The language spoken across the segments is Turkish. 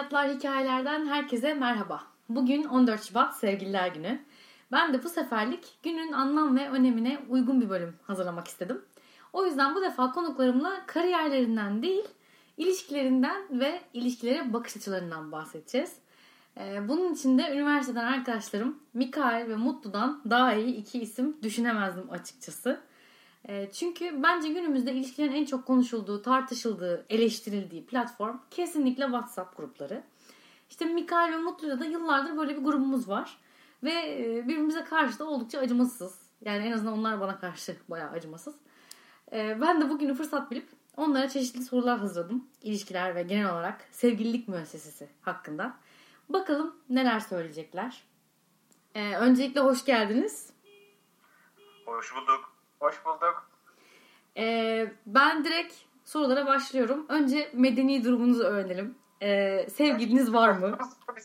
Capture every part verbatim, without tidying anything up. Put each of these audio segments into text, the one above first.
Hayatlar Hikayelerden herkese merhaba. Bugün on dört Şubat Sevgililer Günü. Ben de bu seferlik günün anlam ve önemine uygun bir bölüm hazırlamak istedim. O yüzden bu defa konuklarımla kariyerlerinden değil, ilişkilerinden ve ilişkilere bakış açılarından bahsedeceğiz. Bunun için de üniversiteden arkadaşlarım Mikael ve Mutlu'dan daha iyi iki isim düşünemezdim açıkçası. Çünkü bence günümüzde ilişkilerin en çok konuşulduğu, tartışıldığı, eleştirildiği platform kesinlikle WhatsApp grupları. İşte Mikael ve Mutlu'da da yıllardır böyle bir grubumuz var. Ve birbirimize karşı da oldukça acımasız. Yani en azından onlar bana karşı bayağı acımasız. Ben de bugünü fırsat bilip onlara çeşitli sorular hazırladım. İlişkiler ve genel olarak sevgililik müessesesi hakkında. Bakalım neler söyleyecekler. Öncelikle hoş geldiniz. Hoş bulduk. Hoş bulduk. Ee, ben direkt sorulara başlıyorum. Önce medeni durumunuzu öğrenelim. Ee, sevgiliniz var mı?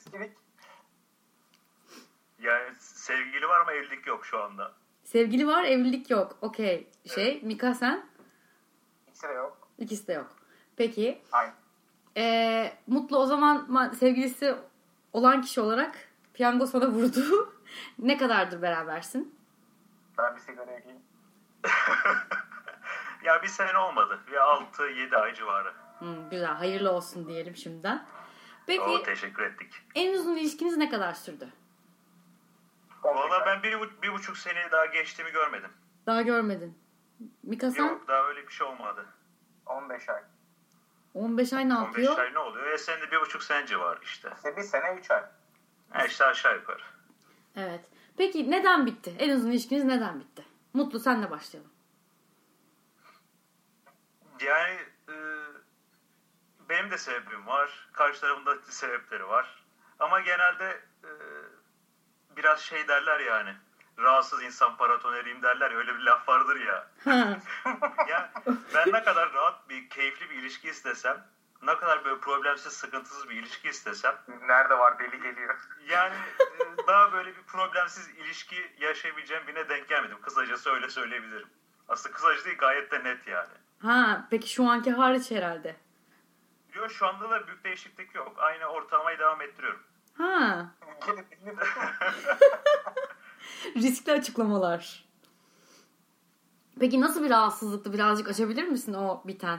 Yani sevgili var ama evlilik yok şu anda. Sevgili var, evlilik yok. Okey. Şey, evet. Mika sen? İkisi de yok. İkisi de yok. Peki. Aynen. Ee, Mutlu o zaman sevgilisi olan kişi olarak piyango sana vurdu. Ne kadardır berabersin? Ben bir sigara yakayım. Ya bir sene olmadı. Bir altı yedi ay civarı. Hmm, güzel. Hayırlı olsun diyelim şimdiden. Peki. Oo, teşekkür ettik. En uzun ilişkiniz ne kadar sürdü? Valla ben bir, bir buçuk sene daha geçtiğimi görmedim. Daha görmedin. Mika sen? Yok, daha öyle bir şey olmadı. on beş ay. on beş ay ne yapıyor? on beş ay ne oluyor? E senin de bir buçuk sene civarı işte. İşte bir sene üç ay. E işte aşağı yukarı. Evet. Peki neden bitti? En uzun ilişkiniz neden bitti? Mutlu senle başlayalım. Yani e, benim de sebebim var. Karşı tarafın da sebepleri var. Ama genelde e, biraz şey derler yani. Rahatsız insan paratoneriyim derler ya. Öyle bir laf vardır ya. Yani ben ne kadar rahat bir, keyifli bir ilişki istesem, ne kadar böyle problemsiz, sıkıntısız bir ilişki istesem. Nerede var deli geliyor. Yani e, daha böyle bir problemsiz ilişki yaşayabileceğim birine denk gelmedim. Kısacası öyle söyleyebilirim. Aslında kısacası değil, gayet de net yani. Ha, peki şu anki hariç herhalde. Yok, şu anda da büyük değişiklik yok. Aynı ortalamayı devam ettiriyorum. Ha. Riskli açıklamalar. Peki nasıl bir rahatsızlıktı? Birazcık açabilir misin o biten?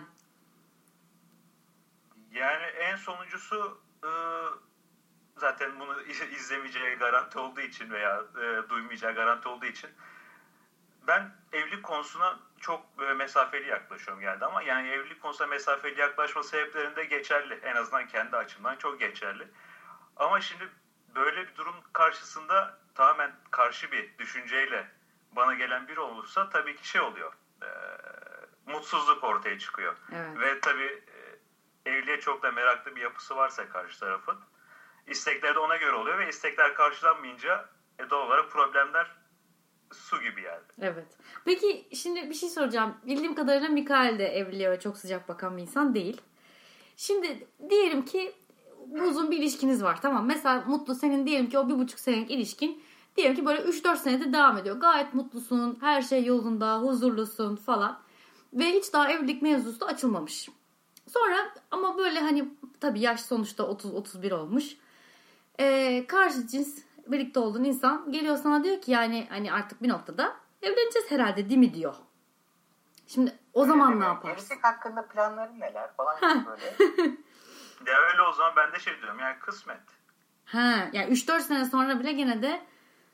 Yani en sonuncusu e, zaten bunu izlemeyeceği garanti olduğu için veya e, duymayacağı garanti olduğu için ben evlilik konusuna çok böyle mesafeli yaklaşıyorum geldi ama yani evlilik konusuna mesafeli yaklaşma sebeplerinde geçerli. En azından kendi açımdan çok geçerli. Ama şimdi böyle bir durum karşısında tamamen karşı bir düşünceyle bana gelen biri olursa tabii ki şey oluyor. E, mutsuzluk ortaya çıkıyor. Evet. Ve tabii e, evliliğe çok da meraklı bir yapısı varsa karşı tarafın, istekleri de ona göre oluyor ve istekler karşılanmayınca e, doğal olarak problemler su gibi yani. Evet. Peki şimdi bir şey soracağım. Bildiğim kadarıyla Mikael de evliliğe ve çok sıcak bakan bir insan değil. Şimdi diyelim ki uzun bir ilişkiniz var. Tamam. Mesela Mutlu senin diyelim ki o bir buçuk senelik ilişkin. Diyelim ki böyle üç dört senedir devam ediyor. Gayet mutlusun. Her şey yolunda. Huzurlusun falan. Ve hiç daha evlilik mevzusu da açılmamış. Sonra ama böyle hani tabii yaş sonuçta otuz otuz bir olmuş. Ee, karşı cins birlikte olduğun insan geliyor sana diyor ki yani hani artık bir noktada evleneceğiz herhalde değil mi diyor. Şimdi o zaman öyle ne mi? yaparsın? Evlilik hakkında planların neler falan gibi böyle. Ya öyle o zaman ben de şey diyorum yani kısmet. Ha, yani üç dört sene sonra bile gene de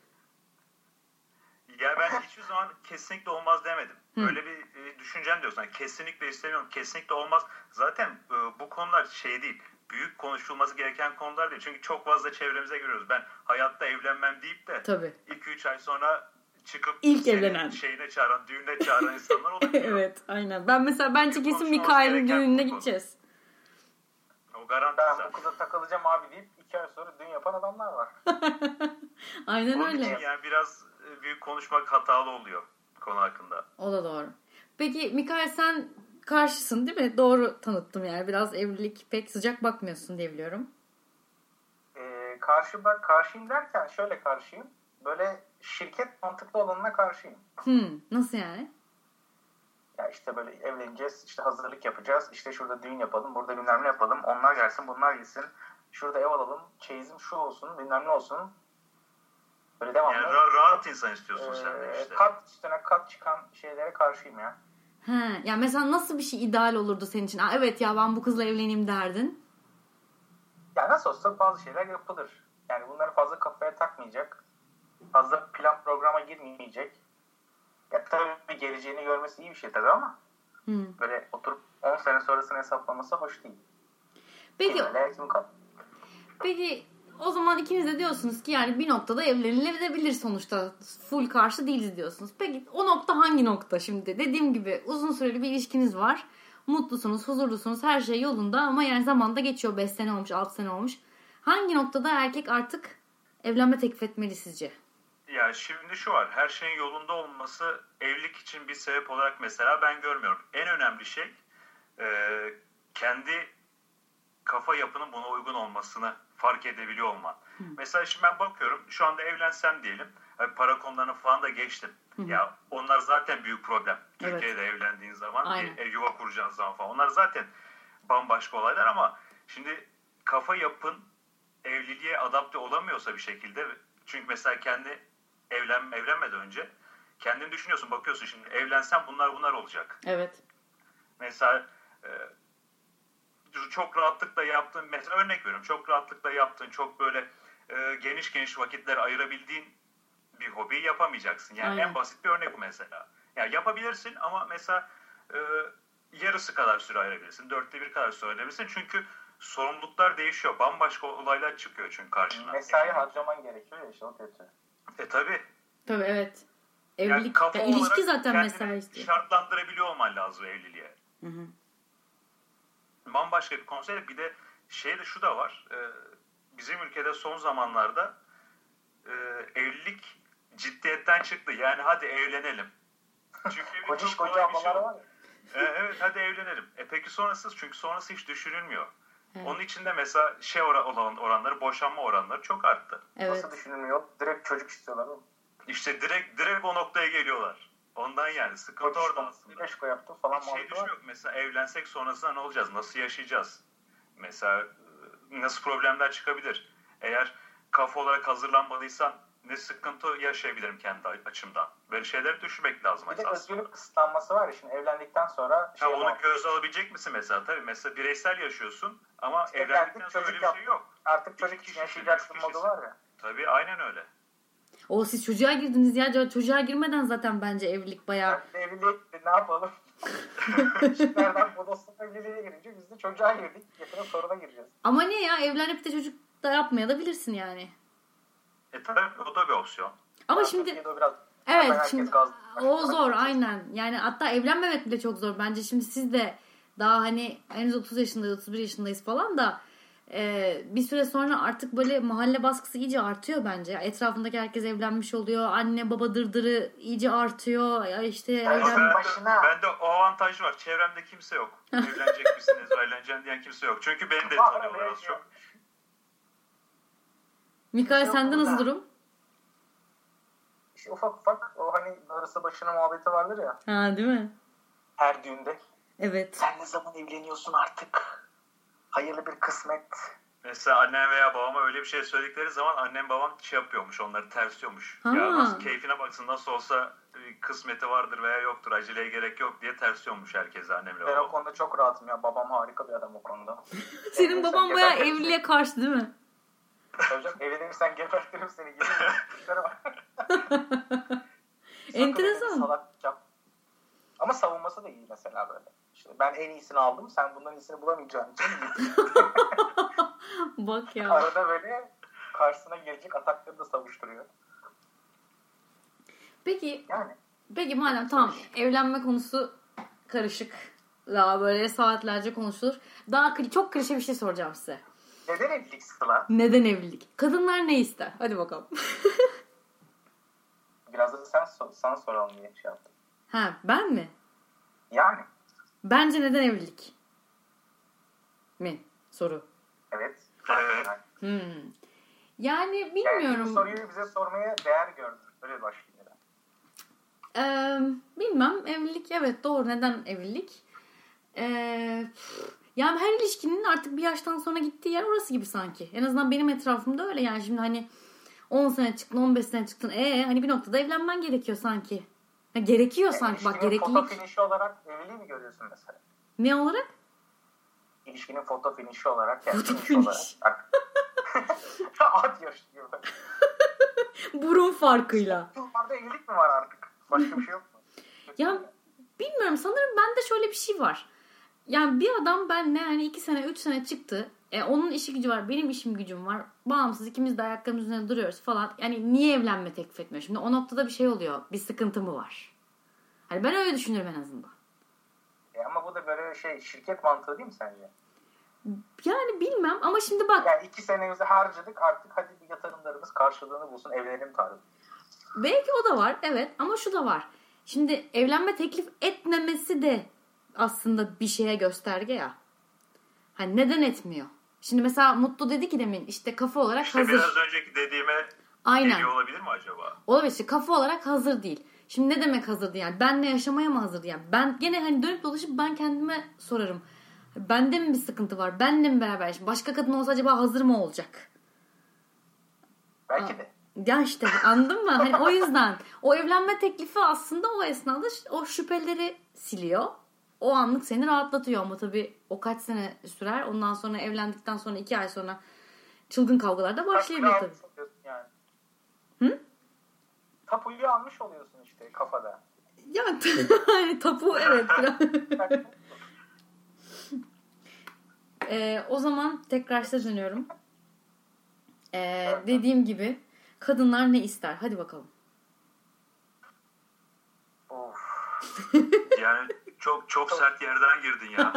ya ben hiçbir zaman kesinlikle olmaz demedim. Hı. Öyle bir e, düşüncem diyorsan yani kesinlikle istemiyorum, kesinlikle olmaz. Zaten e, bu konular şey değil. Büyük konuşulması gereken konular değil. Çünkü çok fazla çevremize görüyoruz. Ben hayatta evlenmem deyip de iki üç ay sonra çıkıp ilk evlenen şeyine çağıran, düğüne çağıran insanlar olabiliyor. Evet, aynen. Ben mesela bence kesin Mikael'in düğününe gideceğiz. O garanti ben zaten. bu kıza takılacağım abi deyip iki ay sonra düğün yapan adamlar var. Aynen Onun öyle. için yani biraz büyük konuşmak hatalı oluyor konu hakkında. O da doğru. Peki Mikael sen karşısın değil mi? Doğru tanıttım yani. Biraz evlilik pek sıcak bakmıyorsun diye biliyorum. Ee, karşı bak karşıyım derken şöyle karşıyım. Böyle şirket mantıklı olanına karşıyım. Hmm, nasıl yani? Ya işte böyle evleneceğiz, işte hazırlık yapacağız, işte şurada düğün yapalım, burada bilmem ne yapalım, onlar gelsin, bunlar gitsin. şurada ev alalım, çeyizim şu olsun, bilmem ne olsun. Böyle devamlı. Yani ra- rahat insan istiyorsun e, sen de işte. Kat üstüne kat çıkan şeylere karşıyım ya. He, ya mesela nasıl bir şey ideal olurdu senin için? Aa, evet ya ben bu kızla evleneyim derdin. Ya nasıl olsa bazı şeyler yapılır. Yani bunları fazla kafaya takmayacak. Fazla plan programa girmeyecek. Ya tabii geleceğini görmesi iyi bir şey tabii ama Hmm. böyle oturup on sene sonrasını hesaplaması hoş değil. Peki, Kim öyle, kim kal. peki o zaman ikiniz de diyorsunuz ki yani bir noktada evlenilebilir sonuçta. Full karşı değiliz diyorsunuz. Peki o nokta hangi nokta şimdi? Dediğim gibi uzun süreli bir ilişkiniz var. Mutlusunuz, huzurlusunuz, her şey yolunda ama yani zamanda geçiyor. beş sene olmuş, altı sene olmuş. Hangi noktada erkek artık evlenme teklif etmeli sizce? Ya şimdi şu var, her şeyin yolunda olması evlilik için bir sebep olarak mesela ben görmüyorum. En önemli şey e, kendi kafa yapının buna uygun olmasını fark edebiliyor olman. Hı. Mesela şimdi ben bakıyorum, şu anda evlensem diyelim, para konularını falan da geçtim. Hı hı. Ya onlar zaten büyük problem. Evet. Türkiye'de evlendiğin zaman, e, yuva kuracağın zaman falan. Onlar zaten bambaşka olaylar ama şimdi kafa yapın evliliğe adapte olamıyorsa bir şekilde, çünkü mesela kendi evlen evlenmeden önce kendini düşünüyorsun, bakıyorsun şimdi evlensem bunlar bunlar olacak. Evet. Mesela e, çok rahatlıkla yaptığın, mesela örnek veriyorum, çok rahatlıkla yaptığın, çok böyle e, geniş geniş vakitler ayırabildiğin bir hobiyi yapamayacaksın. Yani aynen. En basit bir örnek bu mesela. Yani yapabilirsin ama mesela e, yarısı kadar süre ayırabilirsin, dörtte bir kadar süre ayırabilirsin. Çünkü sorumluluklar değişiyor. Bambaşka olaylar çıkıyor çünkü karşına. Mesai harcaman gerekiyor ya, işte o kötü. E tabii. Tabii evet. Evlilik, yani ya, ilişki zaten mesai istiyor. Şartlandırabiliyor olman lazım evliliğe. Hı hı. Bambaşka bir konsept. Bir de şey de şu da var. E, bizim ülkede son zamanlarda e, evlilik ciddiyetten çıktı. Yani hadi evlenelim. Çünkü Kociş koca bir şey var ya. E, evet hadi evlenelim. E peki sonrası? Çünkü sonrası hiç düşünülmüyor. Evet. Onun içinde mesela şey olan oranları, boşanma oranları çok arttı. Evet. Nasıl düşünülmüyor? Direkt çocuk istiyorlar mı? İşte direkt direkt o noktaya geliyorlar. Ondan yani sıkıntı Koç, orada aslında. Eşko yaptım falan. Hiç şey düşünüyor. Mesela evlensek sonrasında ne olacağız? Nasıl yaşayacağız? Mesela nasıl problemler çıkabilir? Eğer kafa olarak hazırlanmadıysan ne sıkıntı yaşayabilirim kendi açımdan? Böyle şeyleri düşünmek lazım. Bir de özgürlük kısıtlanması var ya şimdi evlendikten sonra. Şey ha, onu göz alabilecek misin mesela? Tabii mesela bireysel yaşıyorsun ama işte evlendikten sonra öyle bir şey yok. Artık çocuk için yaşayacaksın modu var ya. Tabii aynen öyle. O siz çocuğa girdiniz ya. Çocuğa girmeden zaten bence evlilik bayağı... Yani evlilik ne yapalım? Nereden bodosuna evliliğe girince biz de çocuğa girdik. Yakında soruna gireceğiz. Ama niye ya? Evlenip de çocuk da yapmaya da bilirsin yani. E tabii o da bir opsiyon. Ama ya şimdi... Biraz, evet şimdi o zor aynen. Yani hatta evlenmemek bile çok zor. Bence şimdi siz de daha hani henüz otuz yaşındayız, otuz bir yaşındayız falan da e, bir süre sonra artık böyle mahalle baskısı iyice artıyor bence. Etrafındaki herkes evlenmiş oluyor. Anne baba dırdırı iyice artıyor. Ya işte evlen... başına. Bende o avantaj var. Çevremde kimse yok. Evlenecek misiniz, evleneceğim diyen kimse yok. Çünkü beni de tanıyorlar az çok. Mikael sende nasıl durum? İşte ufak ufak o hani darısı başına muhabbeti vardır ya. Ha değil mi? Her düğünde. Evet. Sen ne zaman evleniyorsun artık? Hayırlı bir kısmet. Mesela annem veya babama öyle bir şey söyledikleri zaman annem babam şey yapıyormuş, onları tersliyormuş. Ha. Ya nasıl keyfine baksın, nasıl olsa kısmeti vardır veya yoktur, aceleye gerek yok diye tersliyormuş herkese annemle babam. Ben o konuda çok rahatım ya. Babam harika bir adam o konuda. Senin baban bayağı evliliğe karşı değil mi? Hocam evlenirsen gebertirim seni. Enteresan. Ama savunması da iyi mesela böyle. İşte ben en iyisini aldım. Sen bundan iyisini bulamayacağın için. Bak ya. Arada böyle karşısına gelecek atakları da savuşturuyor. Peki. Yani. Peki madem tamam evlenme konusu karışık. Daha böyle saatlerce konuşulur. Daha çok klişe bir şey soracağım size. Neden evlilik Sıla? Neden evlilik? Kadınlar ne ister? Hadi bakalım. Biraz da sen sor, sana soralım diye şey yaptım. Ha ben mi? Yani. Bence neden evlilik? Mi? Soru. Evet. Evet. Hmm. Yani bilmiyorum. Yani bu soruyu bize sormaya değer gördüm. Öyle başlayayım. Ee, bilmem. Evlilik evet doğru. Neden evlilik? Ee, Yani her ilişkinin artık bir yaştan sonra gittiği yer orası gibi sanki. En azından benim etrafımda öyle. Yani şimdi hani on sene çıktın, on beş sene çıktın. Ee hani bir noktada evlenmen gerekiyor sanki. Ha, gerekiyor yani sanki. Bak gereklilik. gereklilik. Foto finişi olarak evliliği mi görüyorsun mesela? Ne olarak? İlişkinin foto finişi olarak. Yani Foto finish finish. olarak. At yarışı gibi. Burun farkıyla. Yıllarda evlilik mi var artık? Başka bir şey yok mu? Ya bilmiyorum, sanırım bende şöyle bir şey var. Yani bir adam benle hani iki sene üç sene çıktı. E, onun işi gücü var, benim işim gücüm var. Bağımsız, ikimiz de ayaklarımızın üzerinde duruyoruz falan. Yani niye evlenme teklif etmiyor? Şimdi o noktada bir şey oluyor. Bir sıkıntı mı var? Hani ben öyle düşünürüm en azından. E ama bu da böyle şey şirket mantığı değil mi sence? Yani bilmem ama şimdi bak. Yani iki senemizi harcadık, artık hadi bir yatırımlarımız karşılığını bulsun, evlenelim tarzı. Belki o da var, evet, ama şu da var. Şimdi evlenme teklif etmemesi de aslında bir şeye gösterge ya. Hani neden etmiyor? Şimdi mesela Mutlu dedi ki demin işte kafa olarak işte hazır. biraz önceki dediğime Aynen. geliyor olabilir mi acaba? Olabilir, işte kafa olarak hazır değil. Şimdi ne demek hazır değil? Yani benle yaşamaya mı hazır değil? Yani ben gene hani dönüp dolaşıp ben kendime sorarım. Bende mi bir sıkıntı var? Benle mi beraber yaşayayım? Başka kadın olsa acaba hazır mı olacak? Belki de. Ya işte anladın mı? Hani o yüzden o evlenme teklifi aslında o esnada o şüpheleri siliyor. O anlık seni rahatlatıyor ama tabii o kaç sene sürer. Ondan sonra evlendikten sonra iki ay sonra çılgın kavgalar da başlayabilir tabii. Yani. Hı? Tapuyu almış oluyorsun işte kafada. Ya hani tapu evet. ee, o zaman tekrar size dönüyorum. Ee, dediğim gibi kadınlar ne ister? Hadi bakalım. Of. Yani çok çok sert yerden girdin ya.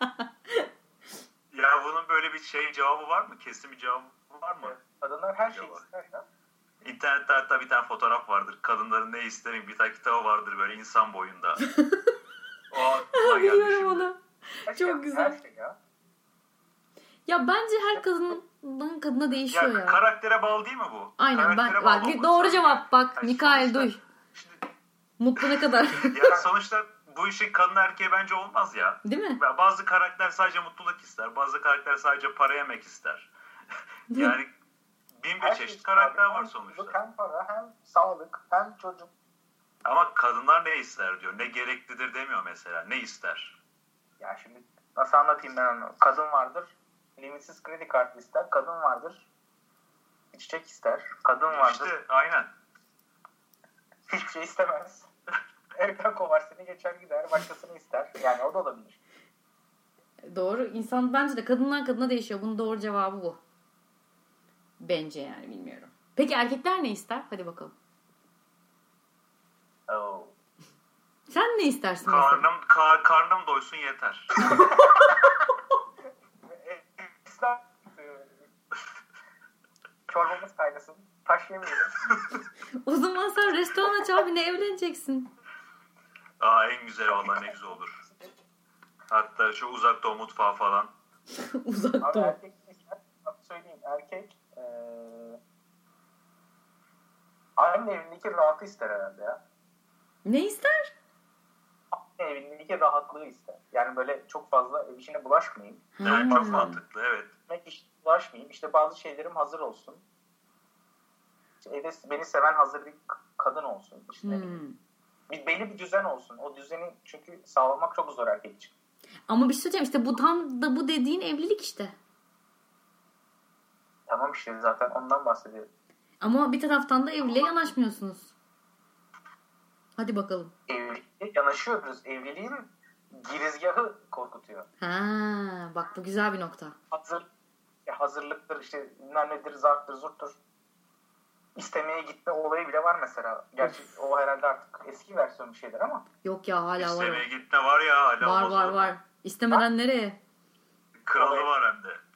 Ya bunun böyle bir şey cevabı var mı? Kesin bir cevabı var mı? Kadınlar her şeyi Acaba? ister ya. İnternette hatta bir tane fotoğraf vardır. Kadınların ne isterim bir tane kitabı vardır böyle insan boyunda. O aklıma geldi Biliyorum şimdi. onu. Her Çok şey, güzel. Her şey ya. Ya bence her kadından kadına değişiyor ya. Ya karaktere bağlı değil mi bu? Aynen, Karaktere ben bağlı bak olması doğru lazım. cevap bak Yani Mikael sonuçta- duy. Şimdi, Mutlu ne kadar. ya sonuçta bu işin kadın erkeğe bence olmaz ya. Değil mi? Bazı karakter sadece mutluluk ister. Bazı karakter sadece para yemek ister. Yani bin bir Her çeşit şey karakter ister. var Hem sonuçta. mutluluk, hem para, hem sağlık, hem çocuk. Ama kadınlar ne ister diyor. Ne gereklidir demiyor mesela. Ne ister? Ya şimdi nasıl anlatayım ben onu? Kadın vardır, limitsiz kredi kartı ister. Kadın vardır, çiçek ister. Kadın vardır, İşte aynen. hiçbir şey istemez. Evden kovar seni, geçer gider, başkasını ister. Yani o da olabilir. Doğru. İnsan bence de kadından kadına değişiyor. Bunun doğru cevabı bu. Bence yani, bilmiyorum. Peki erkekler ne ister? Hadi bakalım. Oh. Sen ne istersin mesela? Karnım, kar, karnım doysun yeter. İslam çorbamız kaynasın. Taş yemeyelim. O zaman sen restoran aç abi, ne evleneceksin? Aa en güzel vallahi ne güzel olur. Hatta şu uzak doğu mutfağı falan. Uzak Abi dur. erkek ister. Bak söyleyeyim, erkek ee, aynı evindeki rahatı ister herhalde ya. Ne ister? Aynı evindeki rahatlığı ister. Yani böyle çok fazla ev işine bulaşmayayım. Yani Ha. çok mantıklı evet. Yemek işine bulaşmayayım. İşte bazı şeylerim hazır olsun. İşte evde beni seven hazır bir k- kadın olsun. İşte Hmm. bir belli bir düzen olsun. O düzeni çünkü sağlamak çok zor erkek için. Ama bir şey söyleyeceğim, işte bu tam da bu dediğin evlilik işte. Tamam işte zaten ondan bahsediyorum. Ama bir taraftan da evliliğe yanaşmıyorsunuz. Hadi bakalım. Evliliğe yanaşıyoruz. Evliliğin girizgahı korkutuyor. Ha, bak bu güzel bir nokta. Hazır, ya hazırlıktır, işte bilmem nedir, zarttır, zurttur. İstemeye gitme olayı bile var mesela. Gerçi o herhalde artık eski versiyon bir şeyler ama. Yok ya, hala var. İstemeye gitme var ya hala Var olmaz var olur mu? var. İstemeden nereye? Kralı var hem de.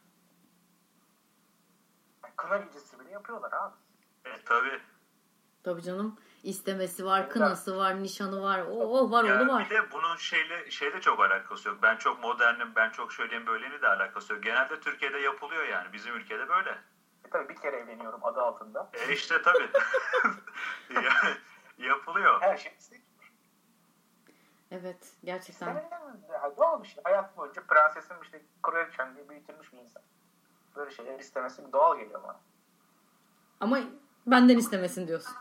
Kına gecesi bile yapıyorlar abi. E tabi. Tabii canım. İstemesi var, kınası var, nişanı var. Oo var, oğlu Ya var. bir de bunun şeyle şeyle çok alakası yok. Ben çok modernim, ben çok şöyleyim böyleyim de alakası yok. Genelde Türkiye'de yapılıyor yani. Bizim ülkede böyle. E tabii bir kere evleniyorum adı altında. E işte tabii. Yani yapılıyor. Her şey istek. Evet gerçekten. İstemeden doğal bir şey. Hayat boyunca prensesim işte kraliçem diye büyütülmüş bir insan. Böyle şeyler istemesi doğal geliyor bana. Ama benden istemesin diyorsun.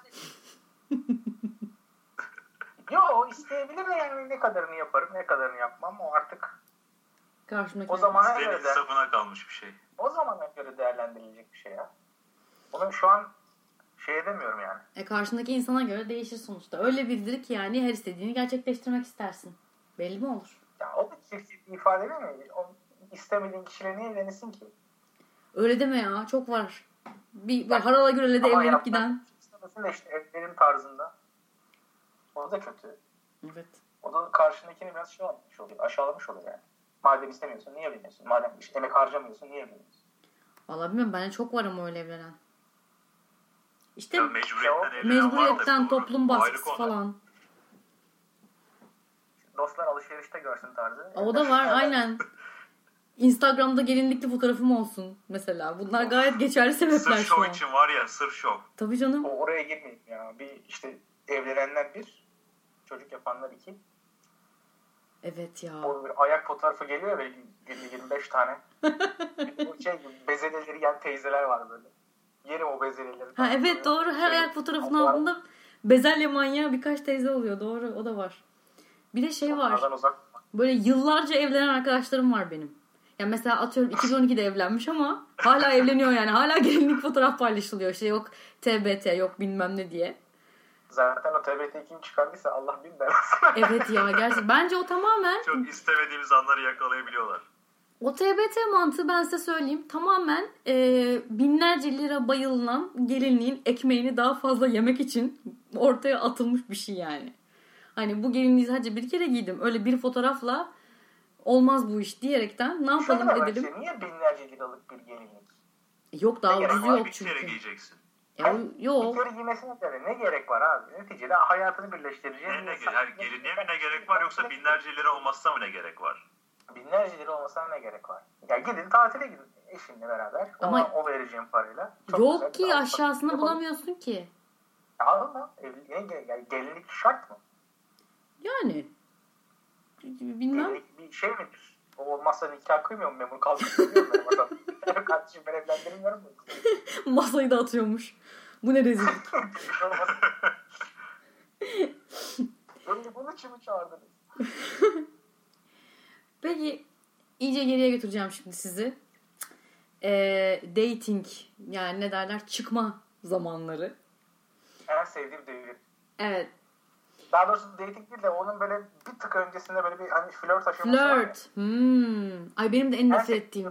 Yo isteyebilir de yani ne kadarını yaparım ne kadarını yapmam o artık Karşımdaki o zamana Senin göre de, insafına kalmış bir şey. o zamana göre değerlendirilecek bir şey ya. Onu şu an şey edemiyorum yani. E karşındaki insana göre değişir sonuçta. Öyle biridir ki yani her istediğini gerçekleştirmek istersin. Belli mi olur? Ya o da çiftçilik ifade değil mi? O istemediğin kişiyle niye evlenirsin ki? Öyle deme ya. Çok var. Bir, bir harala gürele de Ama evlenip yapmak giden. istemesin de işte evlerim tarzında. O da kötü. Evet. O da karşındakini biraz şey olmuş oluyor. Aşağılamış oluyor yani. Madem istemiyorsun niye evleniyorsun? Madem işte emek harcamıyorsun niye evleniyorsun? Vallahi bilmiyorum. Bence çok var ama öyle evlenen. İşte Ya mecburiyetten evlenen var mecburiyetten tabii, doğru. toplum O ayrı baskısı konu. falan. Dostlar alışverişte görsün tarzı. O da var aynen. Instagram'da gelinlikli fotoğrafım olsun mesela. Bunlar gayet geçerli sebepler Sırf şu şov an. için var ya sırf şov. Tabii canım. O oraya girmeyeyim ya. Bir işte evlenenler bir, çocuk yapanlar iki. Evet ya. O bir ayak fotoğrafı geliyor ve günde yirmi beş tane. O şey bezeleri yiyen teyzeler var böyle. Yerim o bezeleri. Ha evet doğru. Her ayak fotoğrafının altında bezelye manyağı birkaç teyze oluyor. Doğru. O da var. Bir de şey var. Onlardan uzak. Böyle yıllarca evlenen arkadaşlarım var benim. Ya mesela atıyorum iki bin on ikide evlenmiş ama hala evleniyor yani. Hala gelinlik fotoğraf paylaşılıyor. İşte yok T B T yok bilmem ne diye. Zaten o T B T kim çıkardıysa Allah bin belasını. Evet ya gerçekten. Bence o tamamen Çok istemediğimiz anları yakalayabiliyorlar. o T B T mantığı ben size söyleyeyim. Tamamen e, binlerce lira bayılınan gelinliğin ekmeğini daha fazla yemek için ortaya atılmış bir şey yani. Hani bu gelinliği sadece bir kere giydim. Öyle bir fotoğrafla olmaz bu iş diyerekten ne yapalım Şöyle edelim. şey, niye binlerce liralık bir gelinlik? Yok daha Ne gerek ucuzu var? yok Bir kere çünkü. giyeceksin. Ya, Bir yok. kere giymesine göre ne gerek var abi? Neticede hayatını birleştireceğin Ne, ne, insan- yani gelinliğe mi ne gerek var yoksa binlerce lira olmazsa mı ne gerek var? Binlerce lira olmasına ne gerek var? Ya gidin tatile gidin eşinle beraber. Ama- Ama o vereceğim parayla. Çok Yok güzel ki bir aşağısını yapalım. bulamıyorsun ki. Ya alma. Evliliğe gel- yani gelinlik şart mı? Yani. Bilmem. Gelinlik bir şey midir? O olmazsa nikah kıymıyor mu? Memur kalkıp kıymıyor mu? Mesela kardeşim ben evlendirmiyorum mu? Masayı da atıyormuş. Bu ne rezillik. Böyle bunun için mi çağırdınız? Peki iyice geriye götüreceğim şimdi sizi. Ee, dating yani ne derler çıkma zamanları. En sevdiğim devir. Evet. Daha doğrusu dating değil de onun böyle bir tık öncesinde böyle bir hani flört aşaması var ya. Flirt. Hmm. Ay benim de en nefret Gerçekten. ettiğim.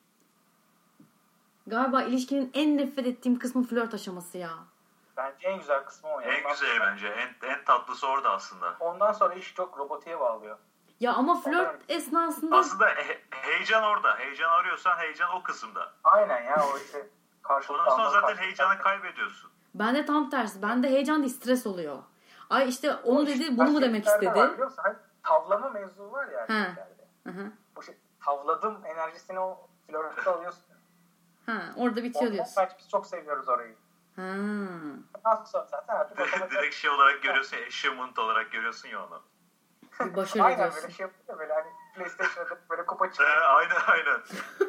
Galiba ilişkinin en nefret ettiğim kısmı flört aşaması ya. Bence en güzel kısmı o. Yani. En güzeli bence. En, en tatlısı orada aslında. Ondan sonra iş çok robotiğe bağlıyor. Ya ama flört esnasında Aslında he- heyecan orada. Heyecan arıyorsan heyecan o kısımda. Aynen ya o işte karşılıklı. Ondan sonra alma, zaten karşılıklı heyecanı alma. kaybediyorsun. bende tam tersi. Bende heyecan değil stres oluyor. Ay işte onu O dedi işte bunu mu demek erkeklerde var istedi? biliyor musun? Hani tavlama mevzu var ya erkeklerde. Hı hı. Bu şey tavladım enerjisini o flörtte alıyorsun. Ha, orada bitiyor Ondan diyorsun. bence biz çok seviyoruz orayı. Ha. Ondan sonra zaten artık otomatik. Direkt şey olarak görüyorsun, achievement olarak görüyorsun ya onu. Bir başarı Aynen diyorsun. böyle şey yapıyor böyle hani PlayStation'da böyle kupa Ee, çıkıyor. aynen aynen.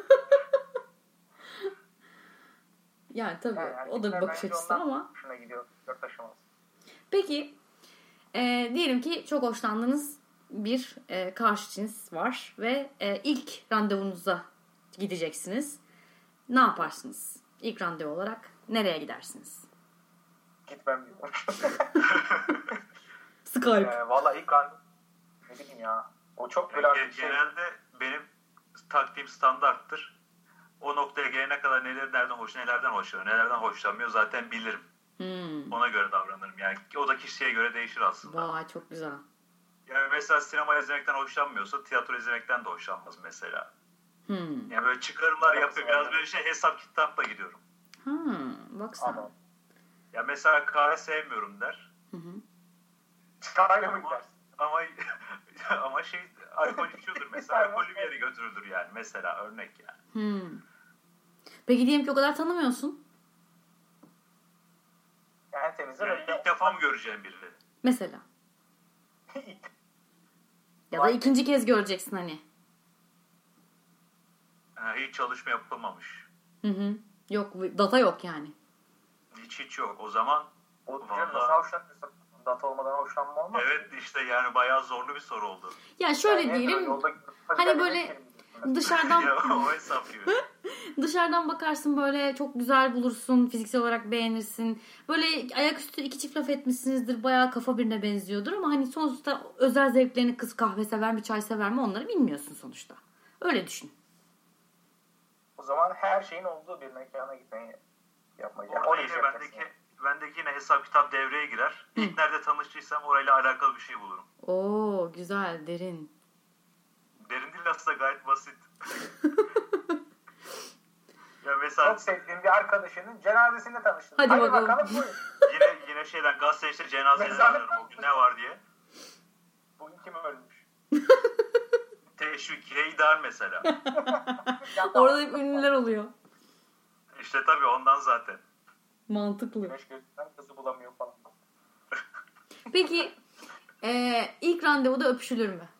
Yani tabii Yani o da bir erkekler bakış bence açısı ondan ama. hoşuna gidiyor flört aşaması. Peki e, diyelim ki çok hoşlandığınız bir e, karşı cins var ve e, ilk randevunuza gideceksiniz. Ne yaparsınız? İlk randevu olarak nereye gidersiniz? Gitmem diyorum. Skype. Ee, Valla ilk randevu ne bileyim ya. O çok böyle Yani artık şey. genelde benim taktiğim standarttır. O noktaya gelene kadar neler, nereden hoş, nelerden hoşlanıyor, nelerden hoşlanmıyor zaten bilirim. Hmm. Ona göre davranırım. Yani o da kişiye göre değişir aslında. Vay çok güzel. Yani mesela sinema izlemekten hoşlanmıyorsa tiyatro izlemekten de hoşlanmaz mesela. Hmm. Yani böyle çıkarımlar yapıyor. Biraz böyle şey hesap kitapla gidiyorum. Ha, baksana. Ama Ya mesela kahve sevmiyorum der. Hı hı. çağrıya mı gidersin? Ama ama şey alkol içiyordur mesela. Alkollü bir yere götürülür yani. Mesela örnek yani. Hmm. Peki diyelim ki o kadar tanımıyorsun. Yani temizle Yani ve ilk defa mı göreceğim birini? Mesela. Ya da ikinci kez göreceksin hani. Ha, hiç çalışma yapılmamış. Hı hı. Yok, data yok yani. Hiç hiç yok. O zaman O vallahi... nasıl hoşlanıyorsun? Data olmadan hoşlanma olmaz. Evet işte yani bayağı zorlu bir soru oldu. Ya şöyle yani diyelim. Yolda, hani böyle dışarıdan ya, o hesap gibi. Dışarıdan bakarsın böyle çok güzel bulursun. Fiziksel olarak beğenirsin. Böyle ayaküstü iki çift laf etmişsinizdir. Bayağı kafa birine benziyordur ama hani sonuçta özel zevklerini kız kahve sever mi çay sever mi onları bilmiyorsun sonuçta. Öyle düşün. O zaman her şeyin olduğu bir mekana gitmeyi yapmayı. Orada Yani yine bendeki, bendeki yine hesap kitap devreye girer. Hı. İlk nerede tanıştıysam orayla alakalı bir şey bulurum. Oo güzel, derin. Derin değil aslında, gayet basit. Ya mesela... Çok sevdiğim bir arkadaşının cenazesinde tanıştım. Hadi, Hadi bakalım. bakalım buyurun. yine, yine şeyden gazetede işte cenazeleri arıyorum o gün ne var diye. Bugün kim ölmüş? Teşvikiye ideal mesela. Orada hep ünlüler oluyor. İşte tabii ondan zaten. Mantıklı. Güneş gözünden kızı bulamıyor falan. Peki e, ilk randevuda öpüşülür mü?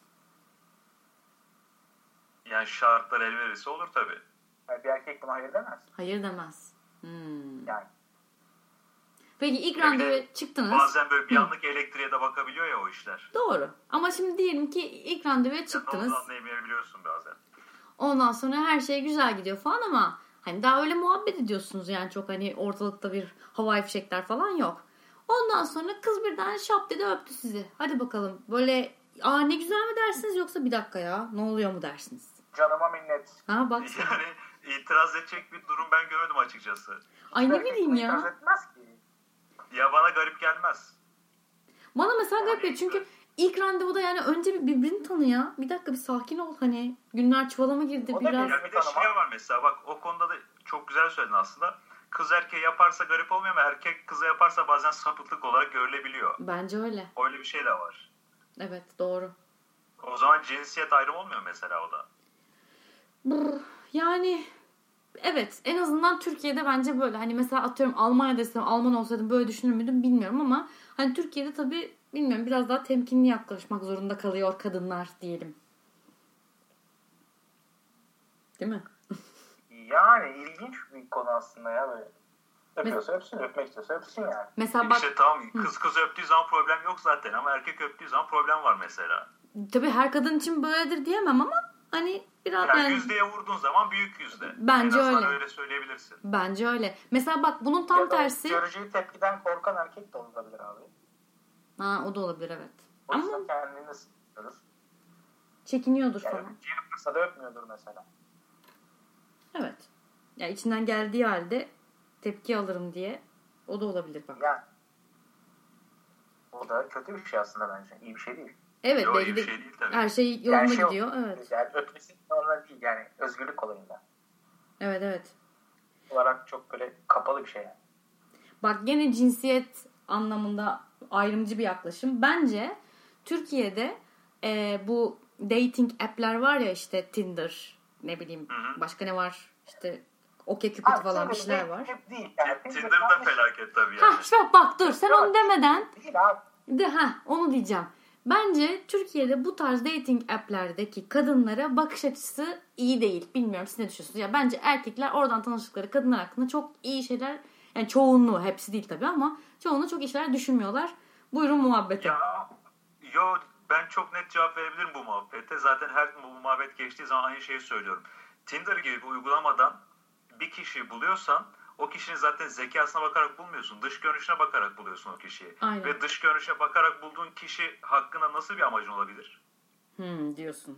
Yani şartlar el verirse olur tabii. Yani bir erkek buna hayır demez. Hayır demez. Hmm. Yani. Peki ilk randevuya çıktınız. Bazen böyle bir anlık elektriğe de bakabiliyor ya o işler. Doğru. Ama şimdi diyelim ki ilk randevuya çıktınız. Onu anlayamayabiliyorsun bazen. Ondan sonra her şey güzel gidiyor falan ama hani daha öyle muhabbet ediyorsunuz yani çok hani ortalıkta bir havai fişekler falan yok. Ondan sonra kız birden şap dedi öptü sizi. Hadi bakalım. Böyle aa ne güzel mi dersiniz yoksa bir dakika ya ne oluyor mu dersiniz? Canıma minnet. Ha bak. Yani itiraz edecek bir durum ben görmedim açıkçası. Ay ne bileyim ya. İtiraz etmez ki. Ya bana garip gelmez. Bana mesela garip geliyor çünkü ilk randevuda yani önce bir birbirini tanı ya. Bir dakika bir sakin ol hani. Günler çuvala mı girdi O da biraz? Ya bir de şey var mesela bak o konuda da çok güzel söyledin aslında. Kız erkeğe yaparsa garip olmuyor ama erkek kıza yaparsa bazen sapıklık olarak görülebiliyor. Bence öyle. Öyle bir şey de var. Evet doğru. O zaman cinsiyet ayrımı olmuyor mesela o da. Brr, yani evet en azından Türkiye'de bence böyle. Hani mesela atıyorum Almanya'da desem Alman olsaydım böyle düşünür müydüm bilmiyorum ama hani Türkiye'de tabii bilmiyorum biraz daha temkinli yaklaşmak zorunda kalıyor kadınlar diyelim. Değil mi? Yani ilginç bir konu aslında ya böyle. Öpüyorsa öpsün, öpmek istiyorsa öpsün yani. Mesela bak, İşte tamam kız kız öptüğü zaman problem yok zaten ama erkek öptüğü zaman problem var mesela. Tabii her kadın için böyledir diyemem ama hani biraz yani, yani yüzdeye vurduğun zaman büyük yüzde. Bence en öyle. öyle söyleyebilirsin. Bence öyle. Mesela bak bunun tam ya da tersi. Göreceği tepkiden korkan erkek de olabilir abi. Ha o da olabilir evet. O yüzden ama kendini sıkıyoruz. çekiniyordur Yani falan. öpeceği yaparsa da öpmüyordur mesela. Evet. Ya içinden geldiği halde tepki alırım diye o da olabilir bak. Yani o da kötü bir şey aslında bence. İyi bir şey değil. Evet Yo, belki de şey değil, tabii. her şey yolunda yani şey gidiyor. O, evet. Yani öpmesi normal değil yani. Özgürlük olayında. Evet evet. Olarak çok böyle kapalı bir şey yani. Bak gene cinsiyet anlamında ayrımcı bir yaklaşım. Bence Türkiye'de e, bu dating app'ler var ya işte Tinder ne bileyim Hı hı. başka ne var işte OkCupid Abi, falan bir şeyler değil, var. Değil yani. Tinder'da felaket tabii yani. Ha işte bak dur sen onu demeden Değil abi. de ha onu diyeceğim. Bence Türkiye'de bu tarz dating app'lerdeki kadınlara bakış açısı iyi değil. Bilmiyorum siz ne düşünüyorsunuz? Ya bence erkekler oradan tanıştıkları kadınlar hakkında çok iyi şeyler yani çoğunluğu hepsi değil tabii ama çoğunluğu çok iyi şeyler düşünmüyorlar. Buyurun muhabbete. Ya, yo ben çok net cevap verebilirim bu muhabbete. Zaten her bu muhabbet geçtiği zaman aynı şeyi söylüyorum. Tinder gibi bir uygulamadan bir kişiyi buluyorsan o kişinin zaten zekasına bakarak bulmuyorsun. Dış görünüşüne bakarak buluyorsun o kişiyi. Aynen. Ve dış görünüşe bakarak bulduğun kişi hakkında nasıl bir amacın olabilir? Hmm, diyorsun.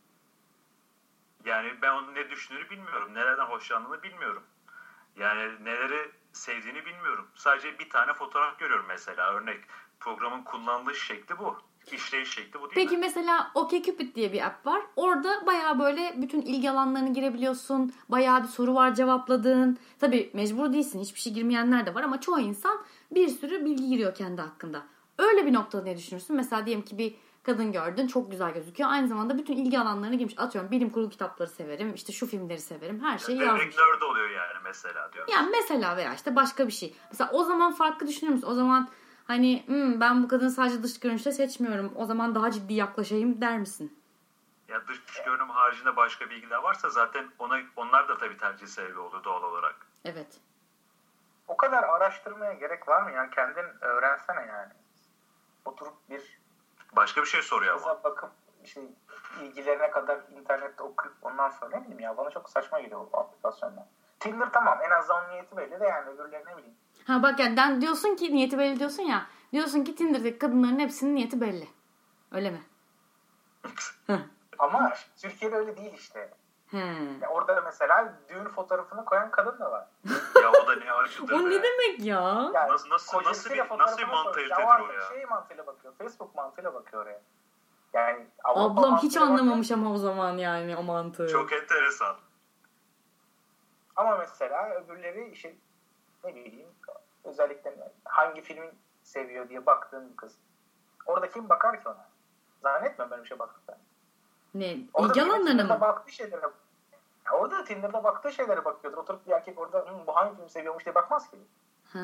Yani ben onun ne düşündüğünü bilmiyorum. Nelerden hoşlandığını bilmiyorum. Yani neleri sevdiğini bilmiyorum. Sadece bir tane fotoğraf görüyorum mesela. Örnek programın kullanılış şekli bu. İşleyiş şekli bu değil Peki mi? mesela OkCupid diye bir app var. Orada bayağı böyle bütün ilgi alanlarına girebiliyorsun. Bayağı bir soru var cevapladığın. Tabii mecbur değilsin. Hiçbir şey girmeyenler de var ama çoğu insan bir sürü bilgi giriyor kendi hakkında. Öyle bir noktada ne düşünürsün? Mesela diyelim ki bir kadın gördün. Çok güzel gözüküyor. Aynı zamanda bütün ilgi alanlarına girmiş. Atıyorum bilim kurgu kitapları severim. İşte şu filmleri severim. Her şeyi yazmış. Bebek nerd oluyor yani mesela diyorum. Yani mesela veya işte başka bir şey. Mesela o zaman farklı düşünür müsün? O zaman hani hmm, ben bu kadını sadece dış görünüşte seçmiyorum, o zaman daha ciddi yaklaşayım der misin? Ya dış görünüm haricinde başka bilgiler varsa zaten ona onlar da tabii tercih sebebi olur doğal olarak. Evet. O kadar araştırmaya gerek var mı ya? Kendin öğrensene yani. Oturup bir başka bir şey soruyor ama. Kıza bakıp işte ilgilerine kadar internette okuyup ondan sonra ne bileyim ya, bana çok saçma geliyor bu aplikasyonlar. Tinder tamam, en azından niyeti belli de yani öbürleri ne bileyim. Ha bak yani den diyorsun ki niyeti belli diyorsun ya. Diyorsun ki Tinder'daki kadınların hepsinin niyeti belli. Öyle mi? Ama Türkiye'de öyle değil işte. Hmm. Ya orada mesela düğün fotoğrafını koyan kadın da var. Ya o da ne acıdır O be. ne demek ya? Yani Nasıl nasıl nasıl bir nasıl bir mantalitedir o o ya? ya? Şey mantığıyla bakıyor. Facebook mantığıyla bakıyor oraya. Yani ablam hiç mantığıyla anlamamış bakıyor. ama o zaman yani o mantığı. Çok enteresan. Ama mesela öbürleri işte ne bileyim özellikle hangi filmi seviyor diye baktığın kız. Orada kim bakar ki ona? Zannetmiyorum böyle bir şey baktıklarını. Ne? Orada İlgi alanlarına mı? Baktığı şeylere, ya orada da Tinder'da baktığı şeylere bakıyordur. Oturup bir erkek orada bu hangi filmi seviyormuş diye bakmaz ki. Ha.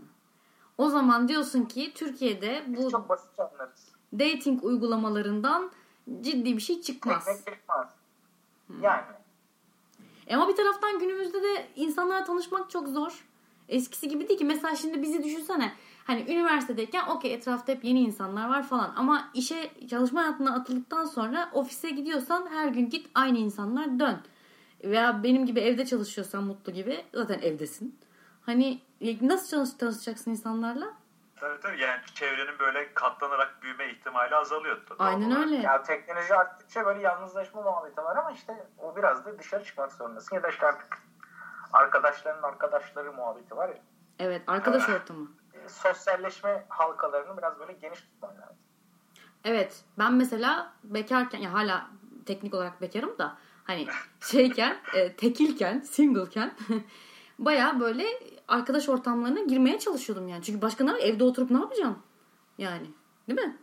O zaman diyorsun ki Türkiye'de bu Biz çok basit anlarız. dating uygulamalarından ciddi bir şey çıkmaz. Ekmek çıkmaz. Hmm. Yani. Ama bir taraftan günümüzde de insanlarla tanışmak çok zor. Eskisi gibi değil ki. Mesela şimdi bizi düşünsene. Hani üniversitedeyken okey etrafta hep yeni insanlar var falan. Ama işe, çalışma hayatına atıldıktan sonra ofise gidiyorsan her gün git aynı insanlar dön. Veya benim gibi evde çalışıyorsan Mutlu gibi zaten evdesin. Hani nasıl çalış, çalışacaksın insanlarla? Tabii tabii yani çevrenin böyle katlanarak büyüme ihtimali azalıyor. Aynen öyle. Ya teknoloji arttıkça böyle yalnızlaşma muhabbeti var ama işte o biraz da dışarı çıkmak zorundasın. Ya da işte artık arkadaşların arkadaşları muhabbeti var ya. Evet, arkadaş ortamı. Sosyalleşme halkalarını biraz böyle geniş tutman lazım. Evet, ben mesela bekarken, ya hala teknik olarak bekarım da hani şeyken, e, tekilken, singleken baya böyle arkadaş ortamlarına girmeye çalışıyordum yani. Çünkü başka ne, evde oturup ne yapacağım? Yani, değil mi?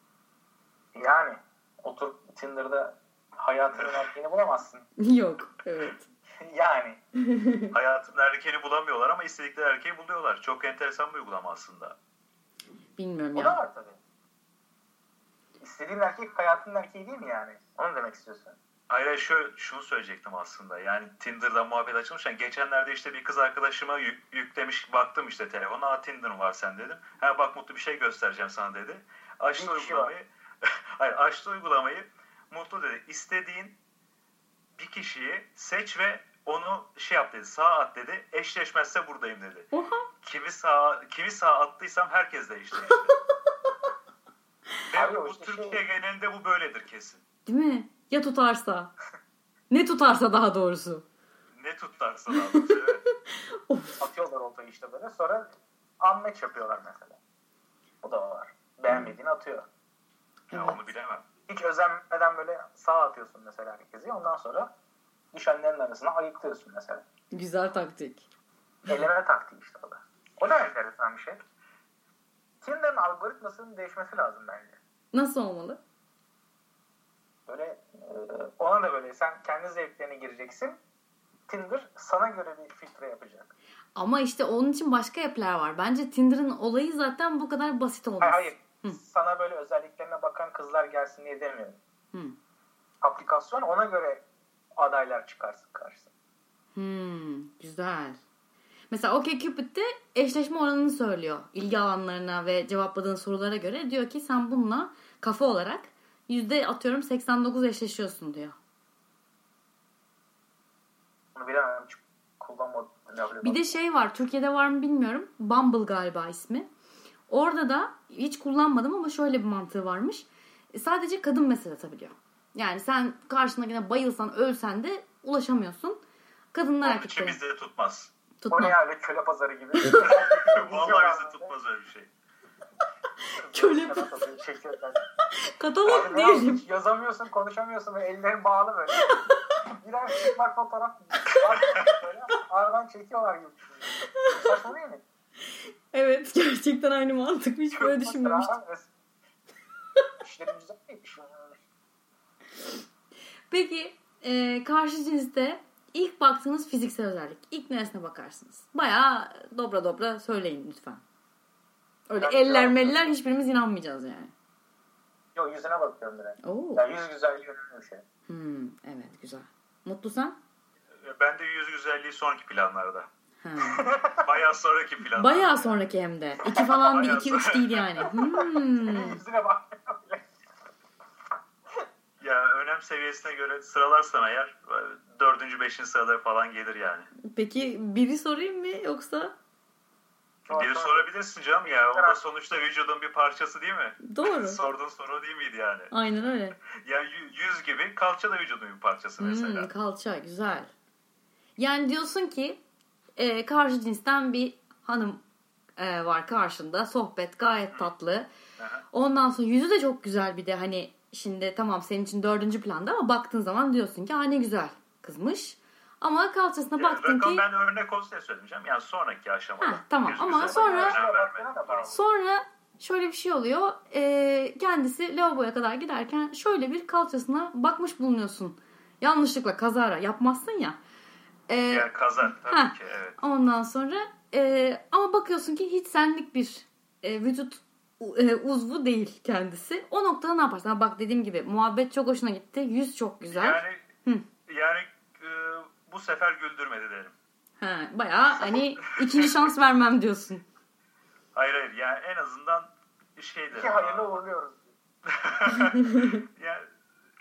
Yani oturup Tinder'da hayatının erkeğini bulamazsın. Yok, evet. Yani. Hayatın erkeğini bulamıyorlar ama istedikleri erkeği buluyorlar. Çok enteresan bir uygulama aslında. Bilmiyorum o ya. O da var tabii. İstediğin erkek hayatının erkeği değil mi yani? Onu demek istiyorsun. Hayır şöyle, şunu söyleyecektim aslında. Yani Tinder'da muhabbet açılmışken geçenlerde işte bir kız arkadaşıma yük, yüklemiş, baktım işte telefona. Aa Tinder'ın var sen dedim. Ha bak Mutlu bir şey göstereceğim sana dedi. Açtı Bir uygulamayı. Hayır açtı uygulamayı. Mutlu dedi. İstediğin bir kişiyi seç ve onu şey yap dedi. Sağa at dedi. Eşleşmezse buradayım dedi. Oha. Kimi sağa kimi sağa attıysam herkesle eşleşti. Ve Abi, bu işte Türkiye şey... genelinde bu böyledir kesin. Değil mi? Ya tutarsa? Ne tutarsa daha doğrusu. Ne tutarsa daha doğrusu evet. Atıyorlar oltayı işte böyle. Sonra unmatch yapıyorlar mesela. O da var. Beğenmediğini atıyor. Ya onu bilemem. Hiç özenmeden böyle sağa atıyorsun mesela herkesi. Ondan sonra düşenlerin arasına ayıklıyorsun mesela. Güzel taktik. Eleme taktiği işte o da. O da enteresan bir şey. Tinder'ın algoritmasının değişmesi lazım bence. Nasıl olmalı? Böyle e, ona da böyle sen kendi zevklerine gireceksin. Tinder sana göre bir filtre yapacak. Ama işte onun için başka app'ler var. Bence Tinder'ın olayı zaten bu kadar basit olmaz. Hayır hayır. Hı. Sana böyle özelliklerine bakan kızlar gelsin diye demiyorum. Hı. Aplikasyon ona göre adaylar çıkarsın karşısına. Hmm, güzel. Mesela OkCupid'de eşleşme oranını söylüyor. İlgi alanlarına ve cevapladığın sorulara göre. Diyor ki sen bununla kafa olarak yüzde atıyorum seksen dokuz eşleşiyorsun diyor. Bunu bilemem. Hiç kullanmadım. Bir de şey var. Türkiye'de var mı bilmiyorum. Bumble galiba ismi. Orada da hiç kullanmadım ama şöyle bir mantığı varmış. Sadece kadın mesaj atabiliyor. Yani sen karşındakine bayılsan, ölsen de ulaşamıyorsun. Kadınlar Onun erkekler. için bizde tutmaz. O ne ya öyle köle pazarı gibi. Vallahi bizde tutmaz öyle bir şey. Köle pazarı. Katalog değil. Hiç yazamıyorsun, konuşamıyorsun ve ellerin bağlı böyle. Birer çıplak fotoğraf böyle aradan çekiyorlar gibi. Saçma değil mi? Evet, gerçekten aynı mantık. Hiç böyle düşünmemiştim. İşlerim güzel miymiş? Peki e, karşı cinste ilk baktığınız fiziksel özellik. İlk neresine bakarsınız? Bayağı dobra dobra söyleyin lütfen. Öyle Ben eller cevap- meller hiçbirimiz inanmayacağız yani. Yok, yüzüne bakıyorum direkt. Oo. Yani yüz güzelliği önemli bir şey. Hmm, evet güzel. Mutlu sen? Ben de yüz güzelliği sonraki planlarda. Ha. Bayağı sonraki planlarda. Bayağı sonraki hem de. İki falan değil, Bayağı iki üç sonra. değil yani. Hmm. Yüzüne bakmıyorum bile. Ya önem seviyesine göre sıralarsan eğer dördüncü, beşinci sırada falan gelir yani. Peki biri sorayım mı yoksa? Biri sorabilirsin canım ya. O da sonuçta vücudun bir parçası değil mi? Doğru. Sorduğun soru değil miydi yani? Aynen öyle. Yani yüz gibi kalça da vücudun bir parçası mesela. Hmm, kalça güzel. Yani diyorsun ki e, karşı cinsten bir hanım e, var karşında. Sohbet gayet tatlı. Aha. Ondan sonra yüzü de çok güzel bir de hani şimdi tamam senin için dördüncü planda ama baktığın zaman diyorsun ki ha ne güzel kızmış. Ama kalçasına Ya, baktın rakam ki ben örnek olsun diye söylemeyeceğim. Yani sonraki aşamada. Ha, tamam. Yüz Ama güzelliğe sonra- önem vermek durumunda. sonra şöyle bir şey oluyor. E, kendisi lavaboya kadar giderken şöyle bir kalçasına bakmış bulunuyorsun. Yanlışlıkla kazara yapmazsın ya. E, Yani kazar tabii Ha. ki evet. Ondan sonra e, ama bakıyorsun ki hiç senlik bir e, vücut e, uzvu değil kendisi. O noktada ne yaparsın? Ha, bak dediğim gibi muhabbet çok hoşuna gitti. Yüz çok güzel. Yani Hı. yani e, bu sefer güldürmedi derim. Ha, bayağı hani ikinci şans vermem diyorsun. Hayır hayır yani en azından şey derim. İki hayırlı uğurluyoruz. Yani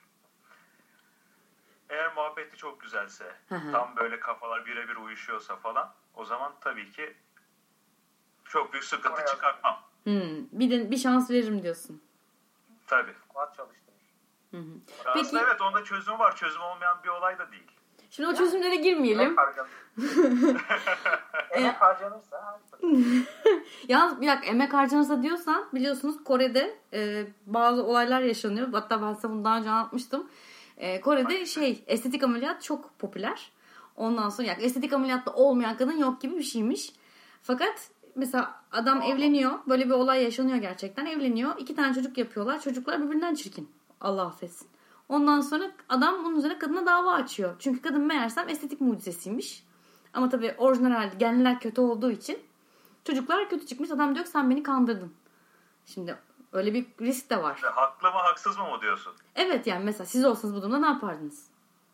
eğer muhabbeti çok güzelse, Hı hı. tam böyle kafalar birebir uyuşuyorsa falan, o zaman tabii ki çok büyük sıkıntı Oraya- çıkartmam. Hmm, bir de bir şans veririm diyorsun. Tabii. Kulak çalıştırır. Hı hı. Aslında Peki- evet onda çözüm var. Çözüm olmayan bir olay da değil. Şimdi o çözümlere girmeyelim. Emek harcanır. Emek harcanırsa Yalnız bir dakika emek harcanırsa diyorsan biliyorsunuz Kore'de e, bazı olaylar yaşanıyor. Hatta ben size bunu daha önce anlatmıştım. E, Kore'de şey estetik ameliyat çok popüler. Ondan sonra yani estetik ameliyatta olmayan kadın yok gibi bir şeymiş. Fakat mesela adam evleniyor. Böyle bir olay yaşanıyor gerçekten. Evleniyor. İki tane çocuk yapıyorlar. Çocuklar birbirinden çirkin. Allah affetsin. Ondan sonra adam bunun üzerine kadına dava açıyor. Çünkü kadın meğersem estetik mucizesiymiş. Ama tabii orijinal halde genler kötü olduğu için çocuklar kötü çıkmış. Adam diyor ki sen beni kandırdın. Şimdi öyle bir risk de var. Ve haklı mı haksız mı mı diyorsun? Evet yani mesela siz olsanız bu durumda ne yapardınız?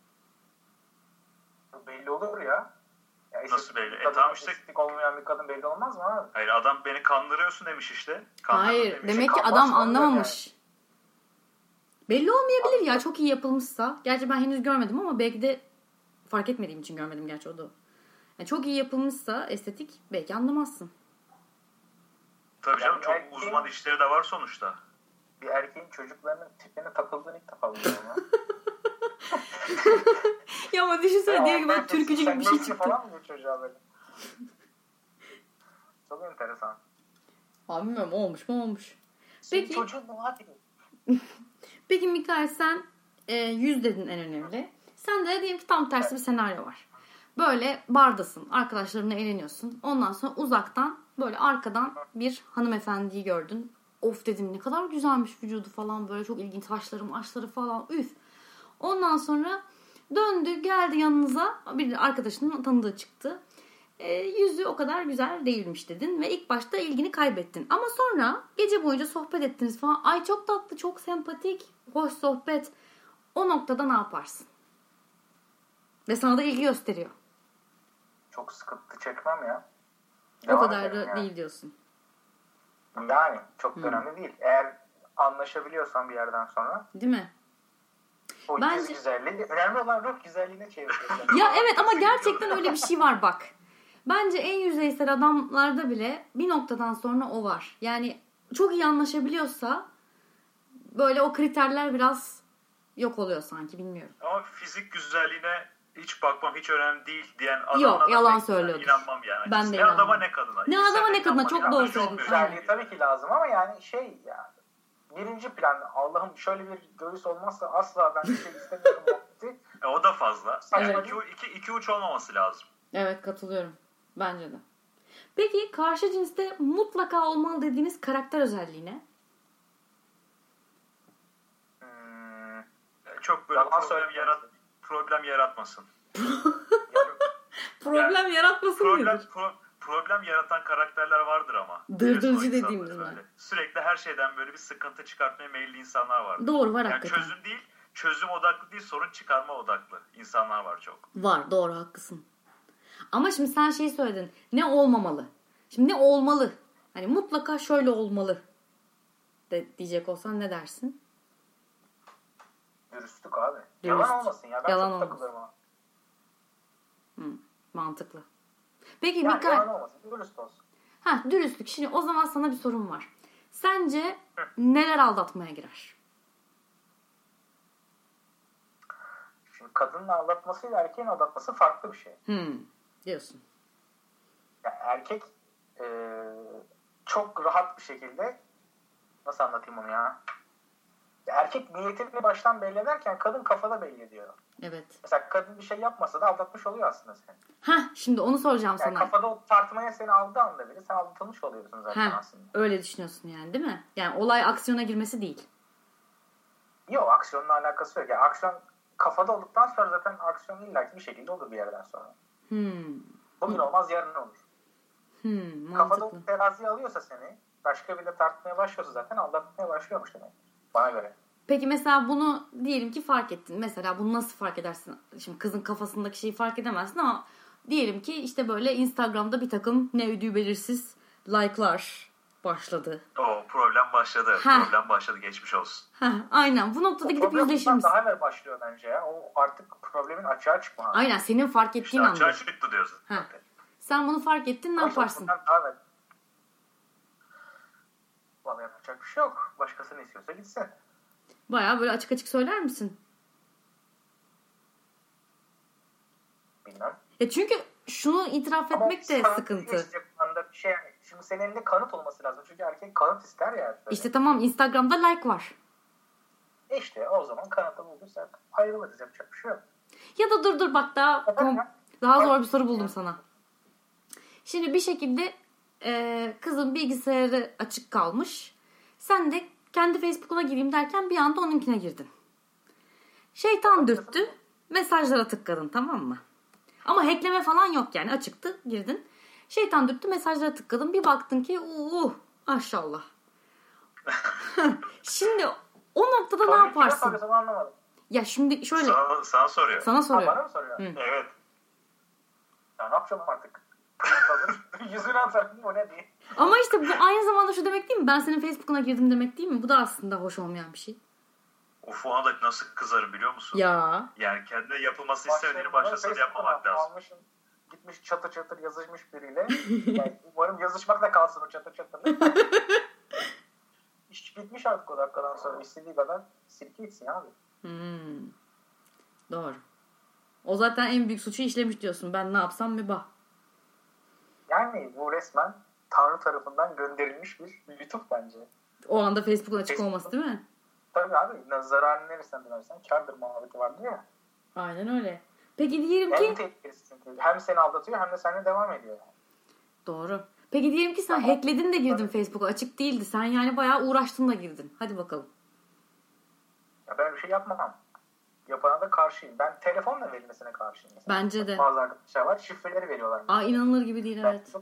belli olur ya. Ya Nasıl estetik belli? E kadın, tamam işte. estetik olmayan bir kadın belli olmaz mı abi? Hayır adam beni kandırıyorsun demiş işte. Kandırdın Hayır. demiş. Demek ki Kalmaz adam mı? anlamamış. Belli olmayabilir ya. Çok iyi yapılmışsa. Gerçi ben henüz görmedim ama belki de fark etmediğim için görmedim gerçi o da. Yani çok iyi yapılmışsa estetik belki anlamazsın. Tabii canım Yani çok erkeğin- uzman işleri de var sonuçta. Bir erkeğin çocuklarının tipine takıldığını ilk defa biliyorum ya. Ya ama düşünsene diyor ki böyle Sen türkücü gibi bir şey nasıl çıktı. falan mı diyor çocuğa böyle? Çok enteresan. Abi bilmiyorum olmuş mu olmuş. Senin Peki. çocuğun mu hadi? Peki Mikael sen e, yüz dedin en önemli. Sen de diyelim ki tam tersi bir senaryo var. Böyle bardasın. Arkadaşlarınla eğleniyorsun. Ondan sonra uzaktan böyle arkadan bir hanımefendiyi gördün. Of dedim ne kadar güzelmiş vücudu falan. Böyle çok ilginç saçları maçları falan. Üf. Ondan sonra döndü geldi yanınıza. Bir arkadaşının tanıdığı çıktı. E, yüzü o kadar güzel değilmiş dedin. Ve ilk başta ilgini kaybettin. Ama sonra gece boyunca sohbet ettiniz falan. Ay çok tatlı, çok sempatik, hoş sohbet. O noktada ne yaparsın? Ve sana da ilgi gösteriyor. Çok sıkıntı çekmem ya. O Devam kadar ederim da yani. değil diyorsun. Yani çok Hmm. da önemli değil. Eğer anlaşabiliyorsan bir yerden sonra Değil mi? o Bence- yüz güzelliği önemli olan ruh güzelliğine çeviriyorsun. Ya evet ama gerçekten öyle bir şey var bak. Bence en yüzeysel adamlarda bile bir noktadan sonra o var. Yani çok iyi anlaşabiliyorsa böyle o kriterler biraz yok oluyor sanki bilmiyorum. Ama fizik güzelliğine hiç bakmam, hiç önemli değil diyen adamlara Yok, da yalan pek söylüyordur. İnanmam yani. Ben de ne inanmam. adama ne kadına. Ne İkisine adama de ne kadına, inanmam. çok Yani doğru hiç söyledin. olmuyor. Güzelliği tabii ki lazım ama yani şey yani birinci plan Allah'ım şöyle bir göğüs olmazsa asla ben bir şey istemiyorum. muhabbeti. E, o da fazla. Evet. Yani iki, iki, iki uç olmaması lazım. Evet katılıyorum. Bence de. Peki karşı cinste mutlaka olmalı dediğiniz karakter özelliği ne? Hmm, E, Çok böyle Yalan problem, söylemiyorum. yarat, problem yaratmasın. Problem Yani yaratmasın Problem, nedir? pro- problem yaratan karakterler vardır ama. Dırdırcı dediğimiz var. Sürekli her şeyden böyle bir sıkıntı çıkartmaya meyilli insanlar var. Doğru var yani hakikaten. Çözüm değil, çözüm odaklı değil, sorun çıkarma odaklı insanlar var çok. Var, doğru, haklısın. Ama şimdi sen şeyi söyledin. Ne olmamalı? Şimdi ne olmalı? Hani mutlaka şöyle olmalı de diyecek olsan ne dersin? Dürüstlük abi. Dürüst. Yalan olmasın ya. Ben Yalan çok olmasın. takılırım ona. Hı, mantıklı. Peki Yani Mikael. yalan olmasın. Dürüst olsun. Ha, dürüstlük. Şimdi o zaman sana bir sorum var. Sence neler aldatmaya girer? Şimdi kadının aldatmasıyla erkeğin aldatması farklı bir şey. Hmm, diyorsun. Yani erkek e, çok rahat bir şekilde, nasıl anlatayım onu ya? Ya erkek niyetini baştan belli ederken kadın kafada belli ediyor. Evet. Mesela kadın bir şey yapmasa da aldatmış oluyor aslında seni. Ha, şimdi onu soracağım Yani sana. kafada o tartmaya seni aldığı anda bile sen aldatılmış oluyorsun zaten Ha, aslında. öyle düşünüyorsun yani, değil mi? Yani olay aksiyona girmesi değil. Yok, aksiyonla alakası yok. Yani aksiyon kafada olduktan sonra zaten aksiyon illaki bir şekilde olur bir yerden sonra. Hmm. Bugün olmaz, yarın olur. Hmm, Kafada mantıklı. o teraziye alıyorsa seni, başka biriyle tartmaya başlıyorsa zaten aldatmaya başlıyormuş demek. Bana göre. Peki mesela bunu diyelim ki fark ettin. Mesela bunu nasıl fark edersin? Şimdi kızın kafasındaki şeyi fark edemezsin ama diyelim ki işte böyle Instagram'da bir takım ne ödüğü belirsiz like'lar başladı. O problem başladı. Ha. Problem başladı. Geçmiş olsun. Heh, aynen. Bu noktada O gidip problem yüzleşir bundan misin? daha evvel başlıyor bence ya. O artık problemin açığa çıkma. Aynen, senin fark İşte ettiğin açığa anda. çıktı diyorsun. Heh. Sen bunu fark ettin, ne yaparsın? Bundan daha evvel. Vallahi yapacak bir şey yok. Başkası ne istiyorsa gitsin. Bayağı böyle açık açık söyler misin? Bilmem. Ya çünkü şunu itiraf Ama etmek de kanıt sıkıntı. isteyecek anda bir şey, yani şimdi senin elinde kanıt olması lazım. Çünkü erkek kanıt ister ya. Böyle. İşte tamam, Instagram'da like var. E işte o zaman kanıtı bulduysak ayrılırız, yapacak bir şey yok. Ya da dur dur bak daha kom- daha zor bir soru buldum Ya. sana. Şimdi bir şekilde e, kızın bilgisayarı açık kalmış. Sen de kendi Facebook'una gireyim derken bir anda onunkine girdin. Şeytan dürttü. Mesajlara tıkladın, tamam mı? Ama hackleme falan yok yani, açıktı, girdin. Şeytan dürttü, mesajlara tıkladın. Bir baktın ki uh maşallah. Şimdi o noktada ne yaparsın? Soruyorsun, anlamadım. Ya şimdi şöyle Sana, sana soruyor. sana Ha, soruyorum. bana mı soruyor? Hı. Evet. Ya ne yapacağım artık? Print alır, yüzüne atarım, o ne diye. Ama işte bu aynı zamanda şu demek değil mi? Ben senin Facebook'una girdim demek değil mi? Bu da aslında hoş olmayan bir şey. Uf, ona da nasıl kızarım biliyor musun? Ya. Yani kendine yapılması istemediğini Başlarım, başlasın Facebook'una yapmamak lazım. Almışım, gitmiş çatır çatır yazışmış biriyle. Yani umarım yazışmak da kalsın o çatır çatır. İş bitmiş artık o dakikadan sonra. İstediği kadar silke içsin abi. Hmm. Doğru. O zaten en büyük suçu işlemiş diyorsun. Ben ne yapsam mübah. Yani bu resmen Tanrı tarafından gönderilmiş bir lütuf bence. O anda Facebook'un açık Facebook. olması değil mi? Tabii abi, zararını neresinden dönersen kârdır muhabbeti vardı ya. Aynen öyle. Peki diyelim En ki... tehlikelisi çünkü. Hem seni aldatıyor hem de seninle devam ediyor. Yani. Doğru. Peki diyelim ki sen Tamam. hackledin de girdin Tabii. Facebook'a. Açık değildi. Sen yani bayağı uğraştın da girdin. Hadi bakalım. Ya ben bir şey yapmam. Yapana da karşıyım. Ben telefonla verilmesine karşıyım. Mesela. Bence de. Bazı arkadaşlar var, şifreleri veriyorlar. Aa, inanılır gibi değil, Ben evet. çok-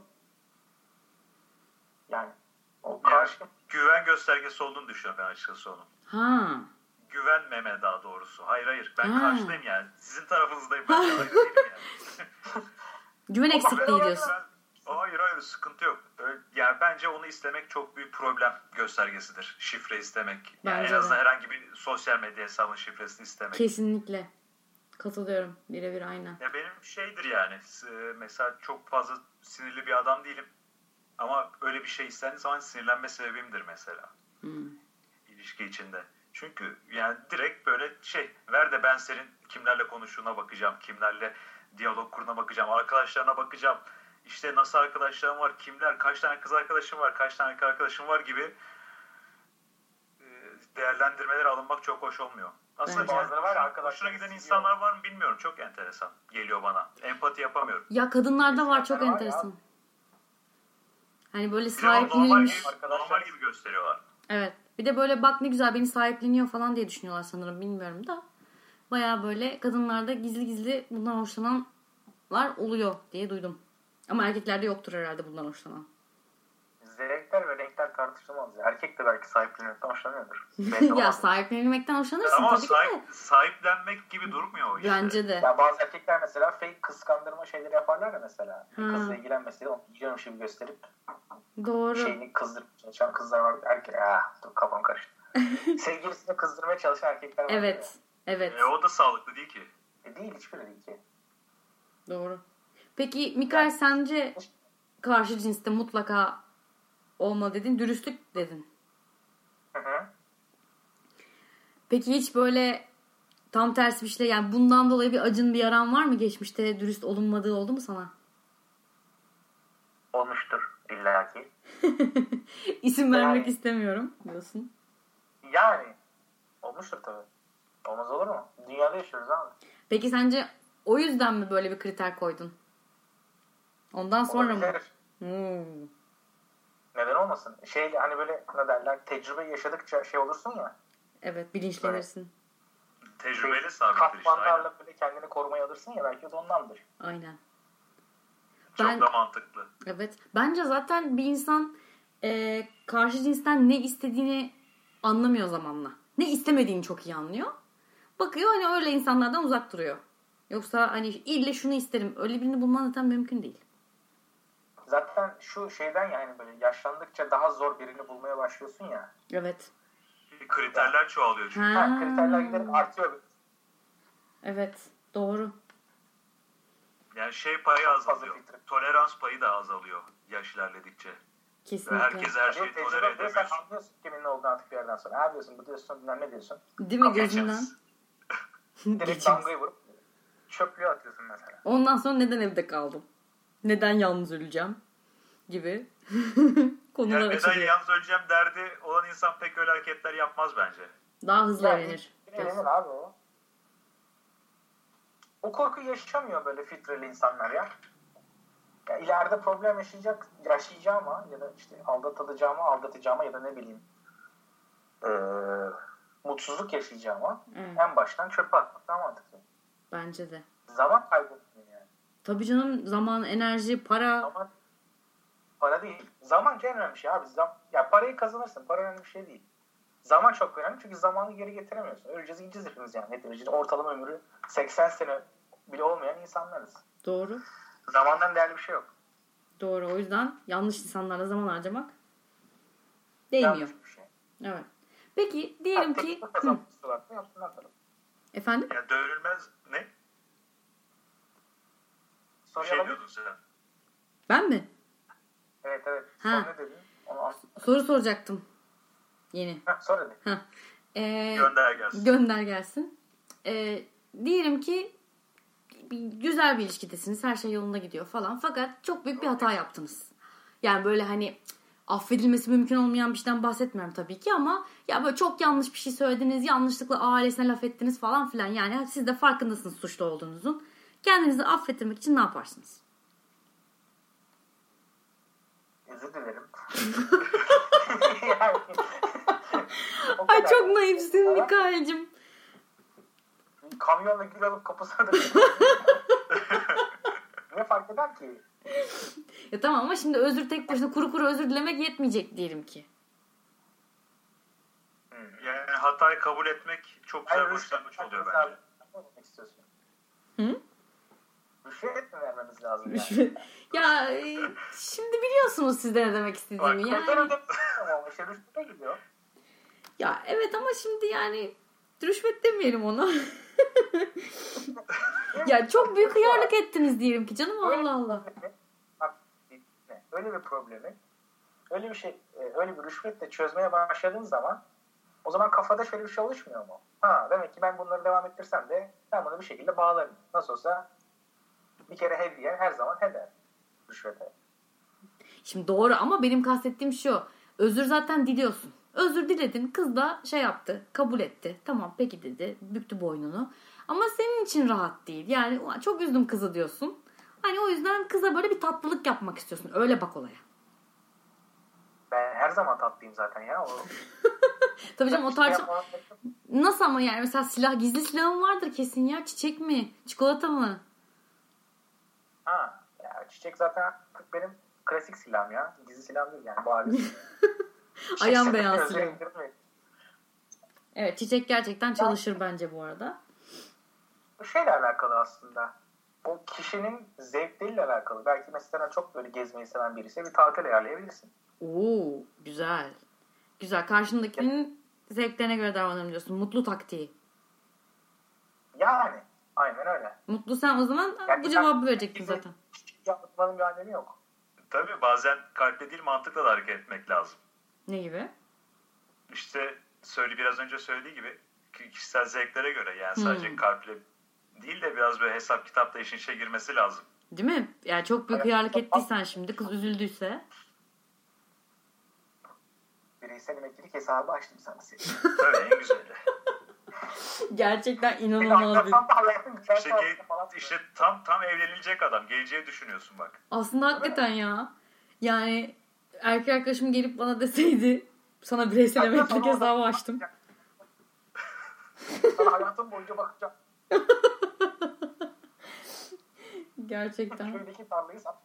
Yani o Yani karşıyım. güven göstergesi olduğunu düşünüyorum ben açıkçası onun. Ha. Güvenmeme daha doğrusu. Hayır hayır. Ben Ha. karşıdayım yani. Sizin tarafınızdayım. Ben hayır değilim yani. Güven eksikliği ben- diyorsun. Ben- hayır hayır sıkıntı yok. Öyle- Yani bence onu istemek çok büyük problem göstergesidir. Şifre istemek. Yani Bence en azından de. herhangi bir sosyal medya hesabının şifresini istemek. Kesinlikle. Katılıyorum. Birebir aynen. Ya benim şeydir yani. s- Mesela çok fazla sinirli bir adam değilim. Ama öyle bir şey istendiği zaman sinirlenme sebebimdir mesela. Hmm. İlişki içinde. Çünkü yani direkt böyle şey, ver de ben senin kimlerle konuştuğuna bakacağım, kimlerle diyalog kuruna bakacağım, arkadaşlarına bakacağım, işte nasıl arkadaşlarım var, kimler, kaç tane kız arkadaşım var, kaç tane erkek arkadaşım var gibi e, değerlendirmelere alınmak çok hoş olmuyor. Aslında Bence. yani, Bazıları var ya, arkadaşlar hoşuna giden sizi insanlar var mı bilmiyorum. Çok enteresan geliyor bana. Empati yapamıyorum. Ya kadınlarda var, çok İnsanlar var ya. enteresan. Hani böyle Bir de onu normal sahiplenilmiş. gibi, Arkadaşlar- normal gibi gösteriyorlar. Evet. Bir de böyle bak ne güzel beni sahipleniyor falan diye düşünüyorlar sanırım, bilmiyorum da. Baya böyle kadınlarda gizli gizli bundan hoşlananlar oluyor diye duydum. Ama erkeklerde yoktur herhalde bundan hoşlanan. Zevkler ve renkler tartışılmaz. Erkek de belki sahiplenmekten hoşlanıyordur. Ya sahiplenilmekten hoşlanırsın ama tabii sahip, ki de. sahiplenmek gibi durmuyor o işte. Bence de. Ya bazı erkekler mesela fake kıskandırma şeyleri yaparlar ya mesela. Ha. Kızla ilgilenmesi de onu gidiyormuş gibi gösterip Doğru. şeyini kızdırıp çalışan kızlar var. Erkek ah dur kafam karıştı. Sevgilisini kızdırmaya çalışan erkekler var. Evet. Ya. Evet. E, o da sağlıklı değil ki. E değil hiçbiri değil ki. Doğru. Peki Mikael sence karşı cinste mutlaka olma dedin. Dürüstlük dedin. Hı hı. Peki hiç böyle tam tersi bir şey yani bundan dolayı bir acın bir yaran var mı? Geçmişte dürüst olunmadığı oldu mu sana? Olmuştur illaki. İsim vermek Yani- istemiyorum diyorsun. Yani olmuştur tabii. Olmaz olur mu? Dünyada yaşıyoruz abi. Peki sence o yüzden mi böyle bir kriter koydun? Ondan sonra mı? Olabilir. Hmm. Neden olmasın? Şey hani böyle ne derler tecrübe yaşadıkça şey olursun ya. Evet, bilinçlenirsin. Tecrübeyle sabittir işte. Aynen. Katmanlarla böyle kendini korumaya alırsın ya belki de ondandır. Aynen. Çok Ben- da mantıklı. Evet. Bence zaten bir insan e, karşı cinsten ne istediğini anlamıyor zamanla. Ne istemediğini çok iyi anlıyor. Bakıyor hani öyle insanlardan uzak duruyor. Yoksa hani ille şunu isterim. Öyle birini bulman zaten mümkün değil. Zaten şu şeyden yani böyle yaşlandıkça daha zor birini bulmaya başlıyorsun ya. Evet. Kriterler çoğalıyor çünkü. Ha. Ha, kriterler giderek artıyor. Evet. Doğru. Yani şey payı Çok fazla azalıyor. filtre. Tolerans payı da azalıyor yaş ilerledikçe. Ve Kesinlikle. herkes her şeyi Tecrübe tolere ediyor, sen edemiyorsun. anlıyorsun kimin ne olduğunu artık bir yerden sonra. Ha diyorsun bu diyorsun bilmem ne diyorsun. Değil mi gözünden? Geçeriz. Direkt Geçeriz. damgayı vurup çöplüğe atıyorsun mesela. Ondan sonra neden evde kaldım? Neden yalnız öleceğim? Gibi konular Yani neden açılıyor. yalnız öleceğim derdi olan insan pek öyle hareketler yapmaz bence. Daha hızlı Yani öğrenir. Evlenir abi o. O korku yaşamıyor böyle filtreli insanlar ya. Ya ileride problem yaşayacak, yaşayacağıma ya da işte aldatılacağıma, aldatacağıma ya da ne bileyim eee, mutsuzluk yaşayacağıma Evet. en baştan çöpe atmak daha mantıklı. Bence de. Zaman kaybetmiyor yani. Tabii canım, zaman, enerji, para. Zaman para değil. Zaman en önemli şey abi. Zam ya parayı kazanırsın. Para önemli bir şey değil. Zaman çok önemli çünkü zamanı geri getiremiyorsun. Öleceğiz gideceğiz hepimiz yani. Neticede ortalama ömrü seksen sene bile olmayan insanlarız. Doğru. Zamandan değerli bir şey yok. Doğru. O yüzden yanlış insanlarla zaman harcamak değmiyor. Yanlış bir şey. Evet. Peki diyelim Ha, ki teknik kazanmak istiyorlar. Ne yapsınlar tabii. efendim? Ya dönülmez ne? Bir Soruya şey bak. diyordun sen. Ben mi? Evet evet. Ha. Sonra ne dedin? Onu an- Soru soracaktım. Yeni. Heh, sor hadi. Heh. Ee, Gönder gelsin. Gönder gelsin. Ee, diyelim ki bir, güzel bir ilişkidesiniz. Her şey yolunda gidiyor falan. Fakat çok büyük bir hata yaptınız. Yani böyle hani cık, affedilmesi mümkün olmayan bir şeyden bahsetmiyorum tabii ki ama ya böyle çok yanlış bir şey söylediniz. Yanlışlıkla ailesine laf ettiniz falan filan. Yani siz de farkındasınız suçlu olduğunuzun. Kendinizi affettirmek için ne yaparsınız? Özür dilerim. yani, o Ay kadar. çok naifsin Ama Mikael'cim. Kamyonla gül alıp kapısına da ne fark eder ki? Ya tamam ama şimdi özür tek başına kuru kuru özür dilemek yetmeyecek diyelim ki. Yani hatayı kabul etmek çok güzel Hayır, bir rüşvet başlangıç oluyor vermemiz bence. lazım. Ne demek istiyorsun? Hı? Rüşvet mi vermemiz lazım yani? Rüşvet. Ya e, şimdi biliyorsunuz siz de ne demek istediğimi. Bak, Yani. Ben ödemiyorum ama işte rüşvete gidiyor. Ya evet ama şimdi yani rüşvet demeyelim ona. Ya çok büyük hıyarlık ettiniz diyelim ki canım, Allah Allah. Bak, ne? Öyle bir problemi, öyle bir şey, öyle bir rüşvetle çözmeye başladığın zaman o zaman kafada şöyle bir şey oluşmuyor mu? Ha, demek ki ben bunları devam ettirsem de ben bunu bir şekilde bağlarım. Nasıl olsa bir kere he diyen her zaman he der rüşvete. Şimdi doğru ama benim kastettiğim şu. Özür zaten diliyorsun. Özür diledin. Kız da şey yaptı. Kabul etti. Tamam peki dedi. Büktü boynunu. Ama senin için rahat değil. Yani çok üzdüm kızı diyorsun. Hani o yüzden kıza böyle bir tatlılık yapmak istiyorsun. Öyle bak olaya. Ben her zaman tatlıyım zaten ya. O, Tabii canım o işte tarz... yapmam- Nasıl ama yani mesela silah, gizli silahın vardır kesin ya. Çiçek mi? Çikolata mı? Ha, ya Yani çiçek zaten artık benim klasik silahım ya. Gizli silahım değil yani bariz. Ayan beyaz silah. Evet, çiçek gerçekten çalışır yani, bence bu arada. Bu şeyle alakalı aslında. O kişinin zevkleriyle alakalı. Belki mesela çok böyle gezmeyi seven birisi bir tatil ayarlayabilirsin. Oo, güzel. Güzel. Karşındakinin zevklerine göre davranırım diyorsun. Mutlu taktiği. Yani. Aynen öyle. Mutlu sen o zaman yani bu cevabı verecektin zaten. Yapmanın bir anlamı yok. Tabii bazen kalple değil mantıkla da hareket etmek lazım. Ne gibi? İşte söyle biraz önce söylediği gibi kişisel zevklere göre yani hmm. sadece kalple değil de biraz böyle hesap kitapta işin içine girmesi lazım. Değil mi? Yani çok büyük hıyarlık ettiysen şimdi kız üzüldüyse. Bireysel emeklilik hesabı açtım sana seni. Tabii en güzeli. Gerçekten inanılmaz bir. İşte, ge- işte tam tam evlenilecek adam. Geleceği düşünüyorsun bak. Aslında hakikaten ya. Yani erkek arkadaşım gelip bana deseydi sana bireysel emeklilik hesabı açtım. Sana hayatım boyunca bakacağım. Gerçekten. Köydeki tarlayı sat.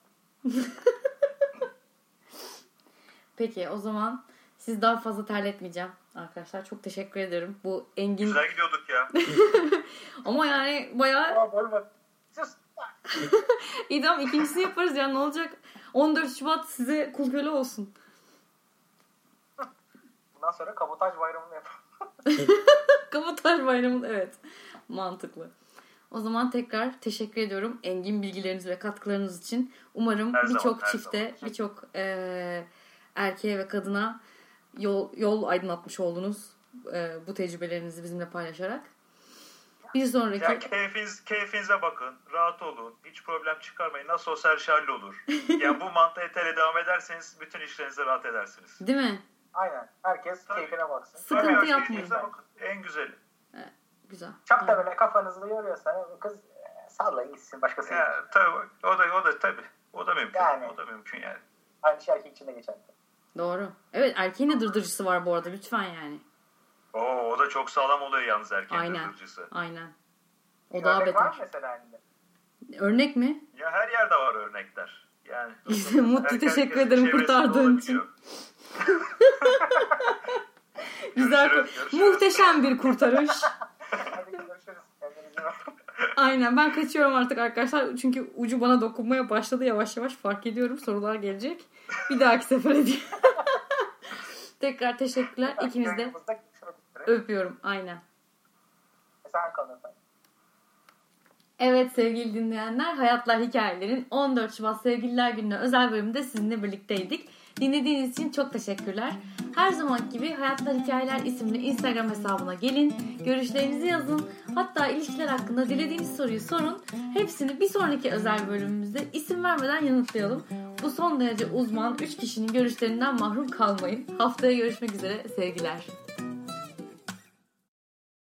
Peki o zaman siz daha fazla terletmeyeceğim arkadaşlar. Çok teşekkür ederim. Bu engin... Güzel gidiyorduk ya. Ama yani bayağı... Sus. İyi tamam ikincisini yaparız ya ne olacak? on dört Şubat size kul köle olsun. Bundan sonra kabotaj bayramını yapalım. Kabotaj bayramı evet. Mantıklı. O zaman tekrar teşekkür ediyorum engin bilgileriniz ve katkılarınız için. Umarım birçok çifte, birçok e, erkeğe ve kadına yol yol aydınlatmış oldunuz e, bu tecrübelerinizi bizimle paylaşarak. Bir sonraki... Ya keyfiniz, keyfinize bakın, rahat olun, hiç problem çıkarmayın. Nasıl olsa her şey hallolur. Yani bu mantalitayla devam ederseniz bütün işlerinize rahat edersiniz. Değil mi? Aynen. Herkes tabii keyfine baksın. Sıkıntı tabii, yapmayın. Bakın. En güzeli. Evet, güzel. Çok da böyle kafanızı yoruyorsa kız sallayın gitsin başkası. Ya, tabii o da o da tabii. O da mümkün. Yani, o da mümkün yani. Aynı şey erkek için de geçerli. Doğru. Evet erkeğin de dırdırıcısı var bu arada lütfen yani. Oo, o da çok sağlam oluyor yalnız erkeğin aynen, dırdırıcısı. Aynen. O Bir daha örnek beter. var mı mesela elinde? Örnek mi? Ya her yerde var örnekler. Yani. Mutlu teşekkür ederim kurtardığın için. Güzel. Görüşürüz, görüşürüz. Muhteşem bir kurtarış. Hadi görüşürüz. Aynen ben kaçıyorum artık arkadaşlar. Çünkü ucu bana dokunmaya başladı yavaş yavaş fark ediyorum. Sorular gelecek. Bir dahaki sefere diye. Tekrar teşekkürler. İkiniz de öpüyorum. Aynen. Sen kalın efendim. Evet sevgili dinleyenler Hayatlar Hikayelerin on dört Şubat Sevgililer Günü'ne özel bölümünde sizinle birlikteydik. Dinlediğiniz için çok teşekkürler. Her zaman gibi Hayatlar Hikayeler isimli Instagram hesabına gelin. Görüşlerinizi yazın. Hatta ilişkiler hakkında dilediğiniz soruyu sorun. Hepsini bir sonraki özel bölümümüzde isim vermeden yanıtlayalım. Bu son derece uzman üç kişinin görüşlerinden mahrum kalmayın. Haftaya görüşmek üzere sevgiler.